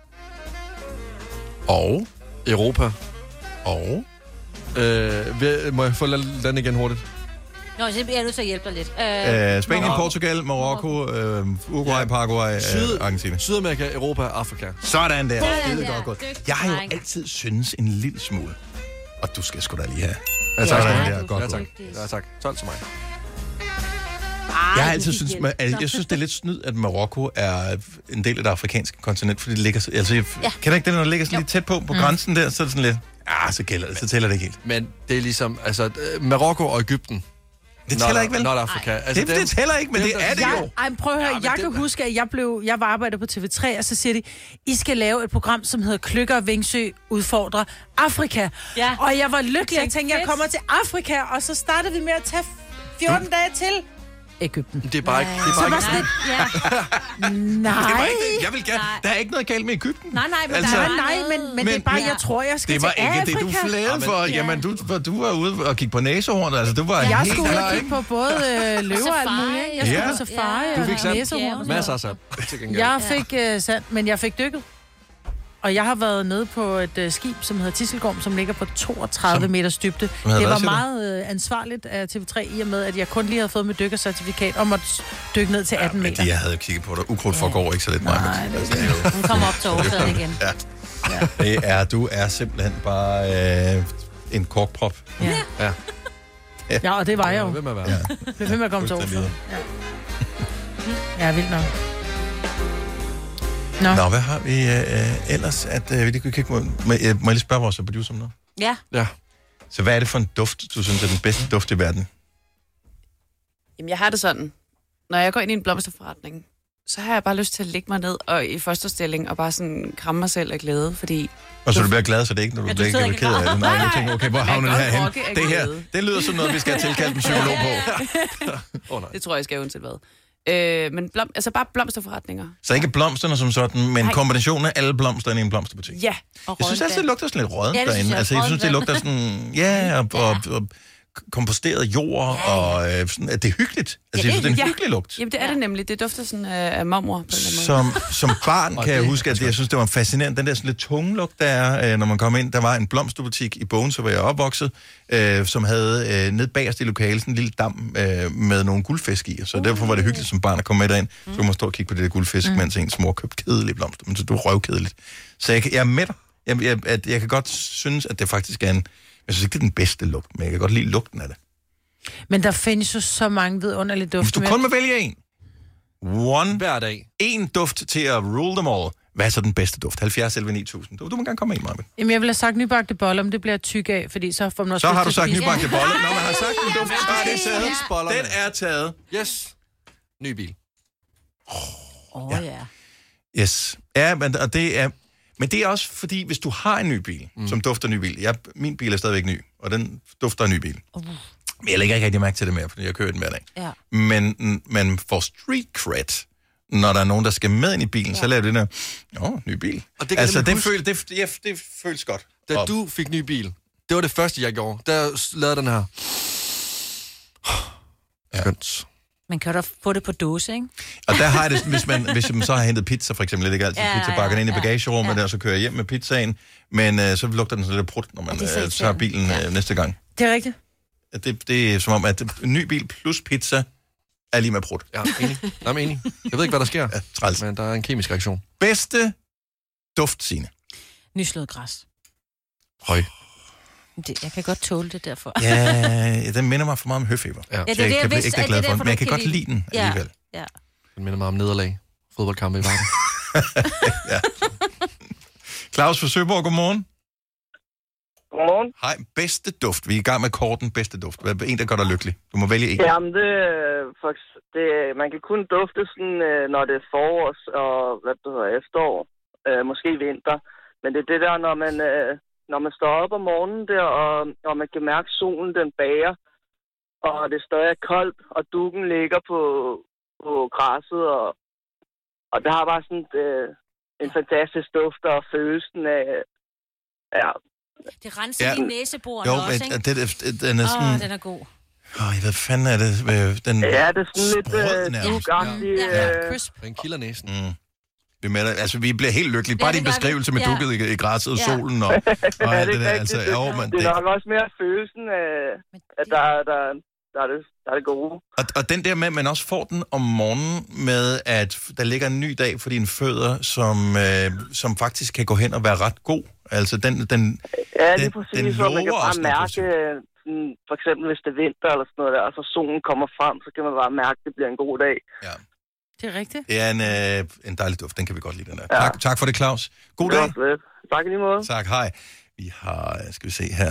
Og? Europa. Og? Øh, vil, må jeg få landet igen hurtigt? Nå, så bliver jeg nødt til at hjælpe dig lidt. Øh, øh, Spanien, Marokko. Portugal, Marokko, øh, Uruguay, Paraguay, øh, Syd, Argentina. Sydamerika, Europa, Afrika. Sådan der. Sådan der. Godt, godt. Jeg har jo altid syntes en lille smule, og du skal sgu da lige have. Ja, tak. Sådan Ja, der. Godt, ja, tak. godt. Ja, tak. tolv til mig. Jeg har altid synes, man, jeg synes, det er lidt snyd, at Marokko er en del af det afrikanske kontinent, fordi det ligger... Altså, jeg, ja. Kender ikke det, når det ligger sådan lidt tæt på, på mm. grænsen der, så er det sådan lidt... Ah, så gælder det, så tæller det ikke helt. Men det er ligesom, altså, Marokko og Egypten. Det tæller ikke, vel? Nordafrika. Altså, det, det tæller ikke, men det er det jo. Jeg, ej, prøv at høre, ja, jeg kan huske, at jeg, blev, jeg var arbejder på T V tre, og så siger de, I skal lave et program, som hedder Kløkker og Vingsø udfordrer Afrika. Ja. Og jeg var lykkelig, jeg tænkte, jeg kommer til Afrika, og så startede vi med at tage fjorten du... dage til Egypten. Det er bare ikke... Det er bare så ikke... Ja. Nej. Det var ikke det. Jeg vil gerne... Der er ikke noget galt med Egypten. Nej, nej, men altså, der er nej, men, men, men det er bare, jeg tror, jeg skal til Afrika. Det var ikke Afrika. det, du flagede for. Ja. Jamen, du, du var ude og kigge på næsehornet. Altså, du var jeg helt skulle klar, kigge ikke? på både øh, løver og alt muligt. Jeg skulle ja. på safari Du fik og sand. næsehorn. Masser af sand. Jeg fik øh, sand, men jeg fik dykket. Og jeg har været nede på et uh, skib, som hedder Tisselgorm, som ligger på toogtredive som, meters dybde. Det var meget uh, ansvarligt af T V tre, i og med, at jeg kun lige havde fået mit dykkercertifikat og måtte dykke ned til atten ja, meter. Men jeg havde kigget på dig. Ukrudt for går ikke så lidt Nej, meget. Nej, det, det, det, hun kommer op til overfladen igen. Ja. Ja. Det er, du er simpelthen bare øh, en korkprop. Ja. Ja. Ja. Ja, og det var jeg jo. Hvem er være? Ja. Blev ved med at komme til overfladen. Ja. Ja, vildt nok. Nå. Nå, hvad har vi øh, ellers? At, øh, vi lige kunne kigge mod, må, øh, må jeg lige spørge vores producer om noget? Ja. Ja. Så hvad er det for en duft, du synes er den bedste duft i verden? Jamen, jeg har det sådan. Når jeg går ind i en blomsterforretning, så har jeg bare lyst til at lægge mig ned og i første stilling og bare sådan kramme mig selv af glæde, fordi... Og så du bliver glad, så det er ikke, når du, ja, du bliver ikke ked af det. Nej, jeg tænker, okay, hvor havner det her hen? Det her, det lyder som noget, vi skal have tilkaldt en psykolog på. oh, det tror jeg, jeg skal uanset hvad. Øh, men blom, altså bare blomsterforretninger. Så ikke blomsterne som sådan, men Nej. kombinationen af alle blomsterne i en blomsterbutik? Ja. Jeg synes altid, det lugter sådan lidt rådent ja, derinde. Altså, jeg synes, det lugter sådan... Ja, og, og, og komposteret jord, og øh, sådan, at det er hyggeligt. Altså, ja, det, jeg synes, det er en ja. hyggelig lugt. Jamen, det er det nemlig. Det dufter sådan af, af mormor på en eller Som, måde. som barn kan jeg huske, at det, jeg synes, det var fascinerende. Den der sådan lidt tunge lugt, der er, øh, når man kommer ind. Der var en blomsterbutik i Bogense, hvor jeg er opvokset, øh, som havde øh, ned bagerst i lokalet sådan en lille dam øh, med nogle guldfisk i. Så uh. derfor var det hyggeligt som barn at komme med derind. Mm. Så kunne man stå og kigge på det der guldfisk, mm. mens ens mor købte kedelige blomster. Men så det var røvkedeligt. Så jeg, jeg er med dig. Jeg, jeg, at jeg kan godt synes, at det faktisk er en... Jeg synes ikke, det er den bedste lugt, men jeg kan godt lide lugten af det. Men der findes jo så mange vidunderlige dufte. Hvis du kun må vælge en. One. Hver dag. En duft til at rule them all. Hvad er så den bedste duft? halvfjerds elleve ni tusind. Du, du må gerne komme ind, Marvin. Jamen, jeg vil have sagt nybagte boller, men det bliver tyk af, fordi så får man også... Så har du sagt nybagte boller. Når man har sagt en duft, så er det taget. Den er taget. Yes. Ny bil. Åh, oh, ja. ja. Yes. Ja, men, og det er, men det er også fordi, hvis du har en ny bil, mm. som dufter ny bil. Jeg, min bil er stadigvæk ny, og den dufter en ny bil. Uh. Men jeg lægger ikke rigtig mærke til det mere, fordi jeg kører den hver dag. Ja. Men mm, man får street cred, når der er nogen, der skal med ind i bilen, ja. så laver det der, åh, ny bil. Og det altså, det, føl, det, ja, det føles godt. Da op. Du fik ny bil, det var det første, jeg gjorde. Der lavede den her. Skønt. Man kan jo da få det på dåse, ikke? Og der har jeg det, hvis man, hvis man så har hentet pizza, for eksempel, ikke altid Ja, pizzabakkerne ind i ja, bagagerummet, ja. der, så kører jeg hjem med pizzaen, men øh, så lugter den sådan lidt prut, når man Ja, det er øh, så tager bilen øh, næste gang. Det er rigtigt. Det, det er som om, at en ny bil plus pizza er lige med prut. Ja, enig. Jeg er enig. Jeg ved ikke, hvad der sker, ja, træls. Men der er en kemisk reaktion. Bedste duft, Signe? Nyslået græs. Høj. Det, jeg kan godt tåle det derfor. Ja, den minder mig for meget om høfeber. Ja, det er så det, jeg jeg kan blive vidste, ikke at glad det er for den, derfor, men jeg du kan kan godt lide lide den Ja. alligevel. Ja. Den minder mig om nederlag. Fodboldkampe i Varden. ja. Claus fra Søborg, godmorgen. Godmorgen. Hej, bedste duft. Vi er i gang med korten bedste duft. Hvad er en, der gør dig lykkelig? Du må vælge en. Jamen, det, for, det, man kan kun dufte sådan, når det er forårs og hvad det hedder, efterår. Øh, måske vinter. Men det er det der, når man, øh, når man står op om morgenen der, og, og man kan mærke solen, den bager, og det stadig er koldt, og dukken ligger på, på græsset, og, og der har bare sådan øh, en fantastisk duft, og følelsen af, ja. Det renser Ja. ja. lige næseborene Jo, også, men ikke? det, det, det, den er Åh, sådan... oh, den er god. Åh, jeg ved fanden er det... øh, Den Ja, det er sådan lidt sprød øh, nærmest. dugagtig. Ja. Øh, Crisp. Den kilder næsen. Mm. Vi, med, altså, vi bliver helt lykkelige. Bare Ja, det din gør vi. beskrivelse med Ja. dukket i, i græsset og Ja. solen og, og alt det der. Altså, jo, men det det, er nok også mere følelsen af, at der, der, der, er det, der er det gode. og, og den der med, at man også får den om morgenen med, at der ligger en ny dag for dine fødder, som, øh, som faktisk kan gå hen og være ret god. Altså, den, den, Ja, lige den, præcis, den hvor man kan lover bare også noget mærke, sådan, for eksempel hvis det er vinter eller sådan noget der, og så solen kommer frem, så kan man bare mærke, at det bliver en god dag. Ja. Det er rigtigt. Det er en, øh, en dejlig duft. Den kan vi godt lide, den der. Ja. Tak, tak for det, Claus. God dag. Det tak i lige måde. Tak, hej. Vi har, skal vi se her,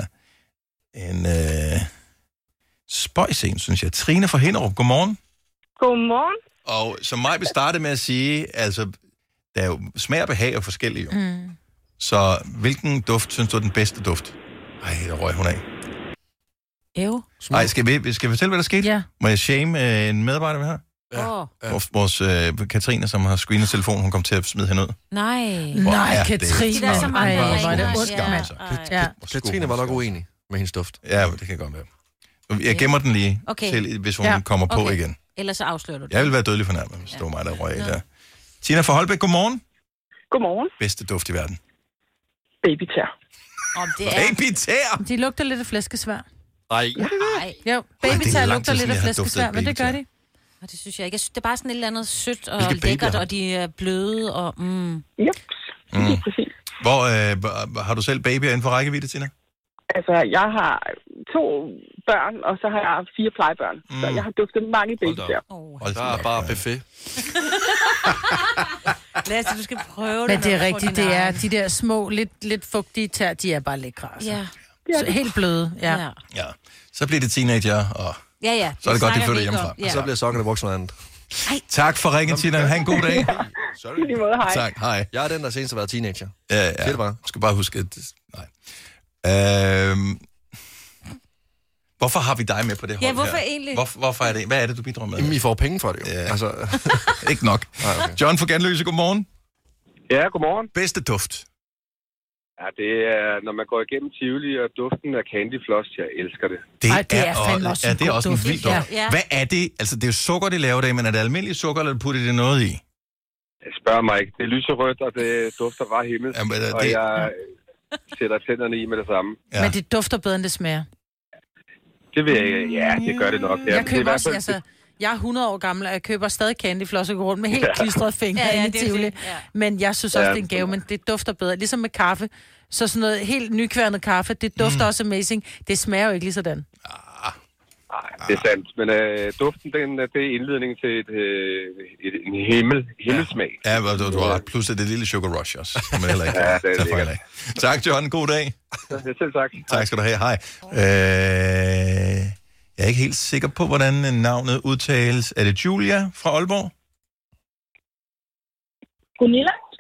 en øh, spøjscene, synes jeg. Trine fra Hinderup, godmorgen. Godmorgen. Og som mig vil starte med at sige, altså, der er jo smag og behag og forskellige jo. Mm. Så hvilken duft synes du er den bedste duft? Ej, der røg hun af. Ev. Ej, skal vi, skal vi fortælle, hvad der skete? Ja. Må jeg shame øh, en medarbejder, vi har? Ja. Oh. Vores, vores øh, Katrine, som har screenet telefonen, hun kom til at smide hende ud. Nej. Hvor Nej, er det- Katrine. Der er så mange, Ej, der hvor er det ringer. ondt, Ja. mand. Ja. Katrine var nok uenig med hendes duft. Ja, det kan godt være. Jeg gemmer den lige, Okay. til, hvis hun Ja. kommer på Okay. igen. Ellers så afslører du det. Jeg vil være dødelig fornærmet, hvis det var mig, der røg af der. Tina fra Holbæk, godmorgen. Godmorgen. Bedste duft i verden. Babytær. Om det er... Babytær? De lugter lidt af flæskesvær. Nej. Jo, det er babytær lang lugter tid lidt siden, af jeg har duftet flæskesvær, men det gør de. Og det synes jeg ikke. Jeg synes, det er bare sådan et eller andet sødt og Hvilke babyer lækkert, har og de er bløde og... Mm. Yep. Mm. Hvor øh, har du selv babyer inden for rækkevidde, Tina? Altså, jeg har to børn, og så har jeg fire plejebørn. Mm. Så jeg har duftet mange babytær. Og der er bare buffet. Lasse, du skal prøve det. Men det er når du får rigtigt, din det er egen. de der små, lidt, lidt fugtige tær, de er bare lækre. Altså. Ja. Så helt bløde, ja. Ja. Ja. Så bliver det teenager, og Ja, ja. så er det godt, de snakker flytter vi ikke hjemmefra. om. Ja. Og så bliver sokkerne vokset noget andet. Tak for ringen, Tina. Ha' en god dag. Sorry. I lige måde, hej. Tak, hej. Jeg er den, der senest har været teenager. Ja, ja. Siger det bare. Du skal bare huske, at... Nej. Øhm... Hvorfor har vi dig med på det hold Ja, hvorfor her? egentlig? Hvor, hvorfor er det? Hvad er det, du bidrager med? Jamen, I får penge for det jo. Ja. Altså, ikke nok. Nej, okay. John fra Ganløse, godmorgen. Ja, godmorgen. Bedste duft? Ja, det er, når man går igennem Tivoli, og duften af Candy Floss, jeg elsker det. Det, Ej, det er fandme og, også ja, en det er god også en duft. vild duft. Ja, ja. Hvad er det? Altså, det er jo sukker, de laver det, men er det almindeligt sukker, eller putter de det noget i? Jeg spørger mig ikke. Det er lyserødt, og det dufter bare himmel. Jamen, øh, og det- jeg sætter tænderne i med det samme. Ja. Men det dufter bedre, end det smager. Det vil jeg, ja, det gør det nok. Ja, Jeg det er i køber hvert også, fald- altså, jeg er hundrede år gammel, og jeg køber stadig candyfloss og går rundt med helt Ja. klistrede fingre Ja, ja, inde i det er Tivoli. det, ja. Men jeg synes Ja, også, det er en gave, men det dufter bedre. Ligesom med kaffe. Så sådan noget helt nykværnet kaffe, det dufter mm. også amazing. Det smager jo ikke lige sådan. Nej, det er sandt. Men øh, duften, den, det er indledningen til et, øh, et, en himmel, himmelsmag. Ja, og du, du har ret. Plus det lille sugar rush også. Det må heller ikke Ja, det er tage fejl af. Tak, John. God dag. Ja, selv tak. Tak skal du have. Hej. Øh, jeg er ikke helt sikker på, hvordan navnet udtales. Er det Julia fra Aalborg? Gunilla, måske?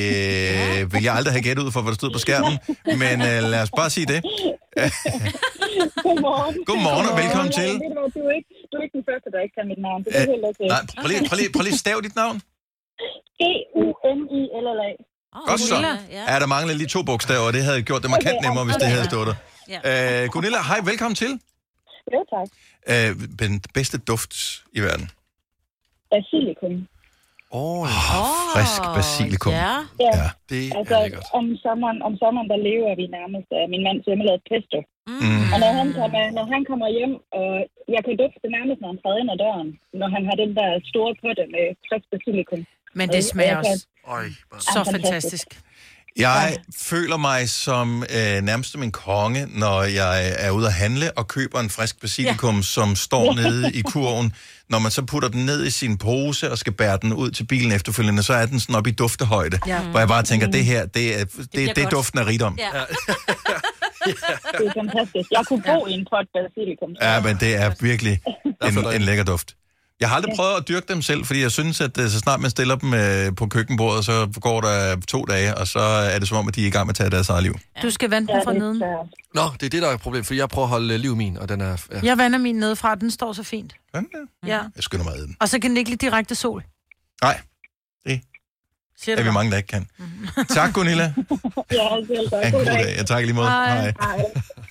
Det vil jeg aldrig have gættet ud for, hvad der stod på skærmen. Men øh, lad os bare sige det. Godmorgen. Godmorgen og velkommen til. Ved du hvad, Du er ikke, du er ikke den første, der ikke kan mit navn. Det er Øh, helt okay. Nej, prøv lige, prøv lige, prøv lige stav dit navn. G U N I L L A. Godt så. Ja, der mangler lige to bogstaver, og det havde gjort det markant nemmere, hvis det havde stået der. Øh, Gunilla, hej, velkommen til. Jo, tak. Øh, den bedste duft i verden. Basilikum. Åh, oh, frisk basilikum. Ja. Ja. Det altså, er lækkert. om sommeren, om sommeren, der lever vi nærmest af min mands hjemmelavet pesto. Mm. Og når han, kommer, når han kommer hjem, og jeg kan dufte det nærmest, når han træder ind ad døren, når han har den der store potte med frisk basilikum. Men det Og- smager og jeg også Øj, så fantastisk. Jeg føler mig som øh, nærmest min konge, når jeg er ude at handle og køber en frisk basilikum, ja. som står nede i kurven. Når man så putter den ned i sin pose og skal bære den ud til bilen efterfølgende, så er den sådan oppe i duftehøjde. Ja. Hvor jeg bare tænker, det her, det er, det, det, det er duften af rigdom. Ja. Det er fantastisk. Jeg kunne bo i en pot basilikum. Ja, men det er virkelig en, en lækker duft. Jeg har aldrig prøvet at dyrke dem selv, fordi jeg synes, at så snart man stiller dem øh, på køkkenbordet, så går der to dage, og så er det som om, at de er i gang med at tage deres eget liv. Du skal vande den fra neden. Nå, det er det, der er et problem, for jeg prøver at holde liv i min, og den er... Ja. Jeg vander min nedefra, den står så fint. Ja. Jeg skynder mig ad den. Og så kan den ikke lige direkte sol. Nej, det Siger er vi du mange, der ikke kan. Tak, Gunilla. Ja, selv tak. Ha' en God god dag. dag. Ja, tak i lige måde. Hej. Hej.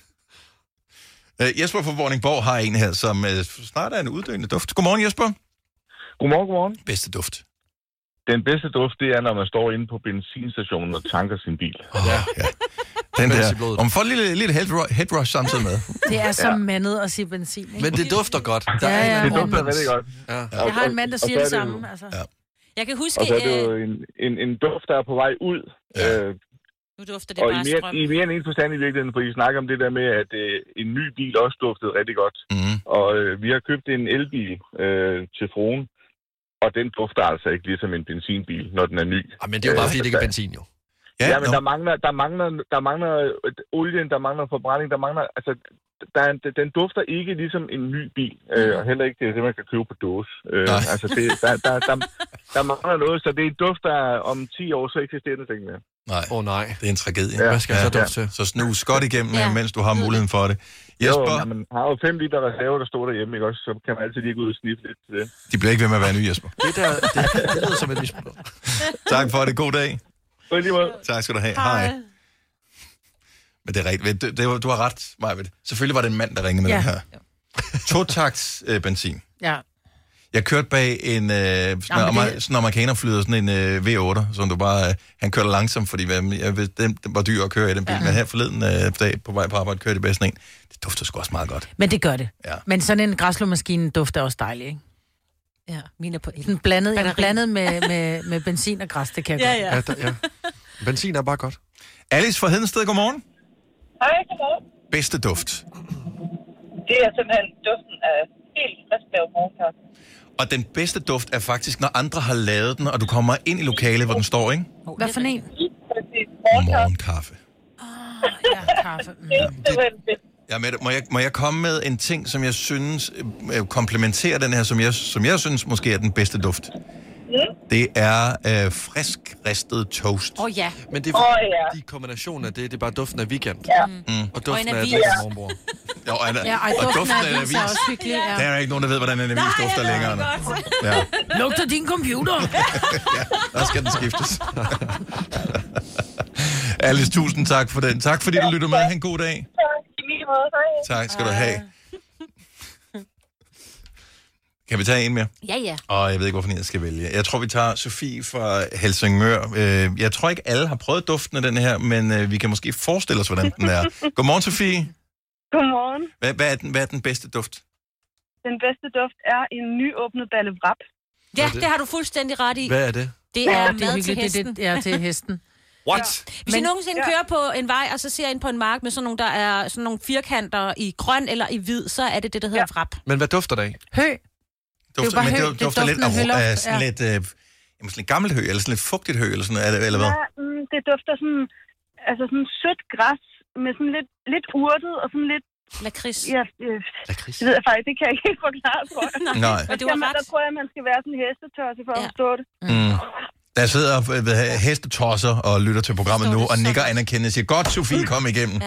Uh, Jesper fra Vordingborg har en her, som uh, snart er en uddøende duft. Godmorgen, Jesper. Godmorgen, godmorgen. Bedste duft. Den bedste duft, det er, når man står inde på benzinstationen og tanker sin bil. Oh, ja. Ja. Den der. Og man får et lille, lille head rush, head rush samtidig med. Det er så Ja. mandet at sige benzin, ikke? Men det dufter godt. Der Ja, er ja, en Det anden dufter romance. rigtig godt. Ja. Jeg har en mand, der Og- og siger så det er samme. jo- Altså. Ja. Jeg kan huske, Og så er det jo øh, en, en, en duft, der er på vej ud. Ja. Øh, nu dufter det og bare i mere, strøm. i mere end en forstand i virkeligheden, for I snakker om det der med, at øh, en ny bil også duftede rigtig godt. Mm. Og øh, vi har købt en elbil øh, til fruen, og den dufter altså ikke ligesom en benzinbil, når den er ny. Ah, men det er jo bare, fordi det ikke er benzin, jo. Ja, Ja, ja men nå. der mangler, der mangler, der mangler øh, olien, der mangler forbrænding, der mangler, altså, der, er- den dufter ikke ligesom en ny bil, øh, og heller ikke det, man kan købe på dåse. Øh, altså, det, der, der, der, der mangler noget, så det er en duft, der om ti år så eksisterer det ikke mere. Nej. Åh oh, nej. Det er en tragedie. Ja. Hvad skal jeg så dufte til? Så snus godt igennem, Ja. ja. mens du har muligheden for det. Jo, Jesper, når man har jo fem liter reserve, der står derhjemme, ikke også? Så kan man altid lige gå ud og sniffe lidt til det. de bliver ikke ved med at være nye, Jesper. Det der, det, det lyder som et misbrug. Tak for det. God dag. På lige måde. Tak skal du have. Hej. Men det er rigtigt. Det, det, var- du har ret, Majved. Selvfølgelig var det en mand, der ringede med Ja. den her. To-takts øh, benzin. Ja. Jeg kørte bag en, øh, sådan, Jamen, Jamen, det- det... sådan en amerikanerflyder, sådan en øh, V otte, som du bare, øh, han kørte langsomt, fordi hvad, jeg ved, den, den var dyr at køre i den bil, ja. Men her forleden øh, dag på vej på arbejde kørte det bedst en. Det dufter sgu også meget godt. Men det gør det. Ja. Men sådan en græslåmaskine dufter også dejligt, ikke? Ja, mine på Den blandet, ja, Batteri. blandet med, med, med benzin og græs, det kan jeg Ja, godt. ja. Ja, der, ja. Benzin er bare godt. Alice fra Hedensted, godmorgen. Hej, godmorgen. Bedste duft. Det er simpelthen duften af helt frisk lavet morgenkaffe. Og den bedste duft er faktisk, når andre har lavet den, og du kommer ind i lokalet, hvor den står, ikke? Hvad for en? Præcis, morgenkaffe. Morgenkaffe. Ja, kaffe. Mm. Det er simpelthen fedt. Ja, med, må, jeg, må jeg komme med en ting, som jeg synes øh, komplementerer den her, som jeg, som jeg synes måske er den bedste duft? Mm. Det er øh, frisk ristet toast. Åh oh, ja. Men det er Åh, ja. de kombinationen af det, det er bare duften af weekend. Ja. Mm. Og duften Og en af avis. at drikke morgenbror. Jo, og, Ja, ej, og duften duften af en af avis. avis er også hyggelig. Der Ja. er ikke nogen, der ved, hvordan en avis dufter længere. Nå. Ja, Lugter din computer? der skal den skiftes. Alice, tusind tak for den. Tak fordi du lyttede med. Ha' en god dag. Tak, i lige måde. Hej. Tak skal du have. Kan vi tage en mere? Ja, ja. Og jeg ved ikke, hvorfor jeg skal vælge. Jeg tror, vi tager Sofie fra Helsingør. Øh, Jeg tror ikke, alle har prøvet duften af den her, men øh, vi kan måske forestille os, hvordan den er. Godmorgen, Sofie. Godmorgen. Hvad, hvad, er, den, hvad er den bedste duft? Den bedste duft er en nyåbnet balle wrap. Ja, er det? det har du fuldstændig ret i. Hvad er det? Det er Ja, mad det er til hyggeligt. hesten. Det, det er til hesten. What? Hvis I nogensinde kører på en vej, og så ser ind på en mark med sådan nogle, der er sådan nogle firkanter i grøn eller i hvid, så er det det, der hedder vrap. Men hvad dufter det af? Hø. Dufter, bare men hø. det Det er dufter lidt duften af af, høller. af sådan Ja. lidt, øh, jamen, sådan lidt gammelt hø, eller sådan lidt fugtigt hø, eller sådan noget, eller hvad? Ja, mm, det dufter sådan, altså sådan sødt græs med sådan lidt, lidt urtet og sådan lidt... Lakrids. Ja, øh, Lakrids. det ved jeg faktisk, det kan jeg ikke helt forklare, tror jeg. Nej. Men det Der, var man, ret. der tror jeg, man skal være sådan en hestetørse for ja. at forstå det. Mm. Der sidder øh, hvad hedder, hestetosser og lytter til programmet Forstår nu, det og så nikker godt. anerkendende og siger, godt, Sofie, kom igennem. Ja.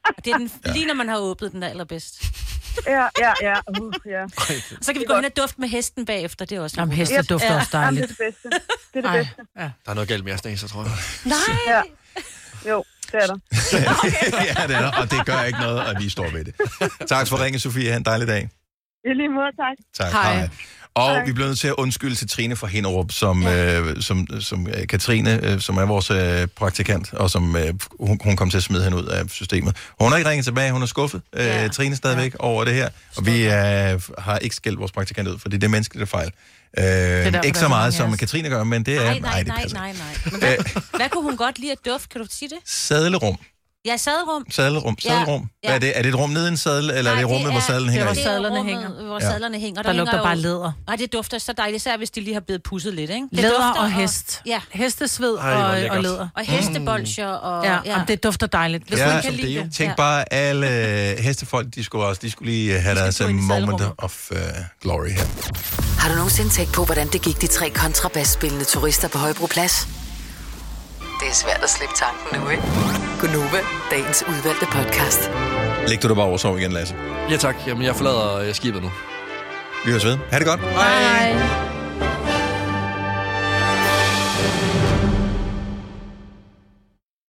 Det er den, ja. Lige når man har åbnet den der allerbedst. Ja, ja, ja. Uh, ja. Så kan vi gå hen og dufte med hesten bagefter, det er også... Jamen, heste dufter ja. også dejligt. Jamen, det er det bedste. Det er det Ej. bedste. Ja. Der er noget galt med jeres næser, tror jeg. Nej! Ja. Jo, det er der. Ja, det er der, og det gør ikke noget, at vi står ved det. Tak for ringen, Sofie. Ha' en dejlig dag. I lige måde, tak. Tak. Hej. Hej. Og Hej. Vi bliver nødt til at undskylde til Trine fra Hinderup, som, ja. øh, som, som øh, Katrine, øh, som er vores øh, praktikant, og som øh, hun, hun kom til at smide hende ud af systemet. Hun har ikke ringet tilbage, hun er skuffet, øh, ja. Trine stadigvæk, ja. over det her. Og vi øh, har ikke skældt vores praktikant ud, for det er det menneskelige fejl. Øh, derfor, ikke så meget, som Katrine gør, men det er... Nej, nej, nej, nej, nej. Men hvad, hvad kunne hun godt lide at dufte? Kan du sige det? Sadlerum. Ja, sadelrum. Sadelrum. Sadelrum. Ja, ja. Er, det, er det et rum nede i en sadel, eller Nej, er det rummet, det er, hvor sadlen hænger? Det er, hvor sadlerne hænger. Hvor ja. sadlerne hænger. Der, der lugter jo... bare læder. Nej, det dufter så dejligt, især hvis de lige har blevet pudset lidt, ikke? Det læder og hest. Og... Ja. Hestesved Ej, og, og læder. Og hestebolcher. Og... Ja, ja. Jamen, det dufter dejligt. Hvis ja, man kan lide det. Tænk bare, alle hestefolk, de skulle også, de skulle lige have deres moment of uh, glory her. Har du nogensinde tænkt på, hvordan det gik de tre kontrabasspillende turister på Højbroplads? Det er svært at slippe tanken nu, ikke? Gunova, dagens udvalgte podcast. Læg du dig bare over sov igen, Lasse? Ja tak, jamen jeg forlader skibet nu. Vi høres ved. Ha' det godt. Hej. Hej.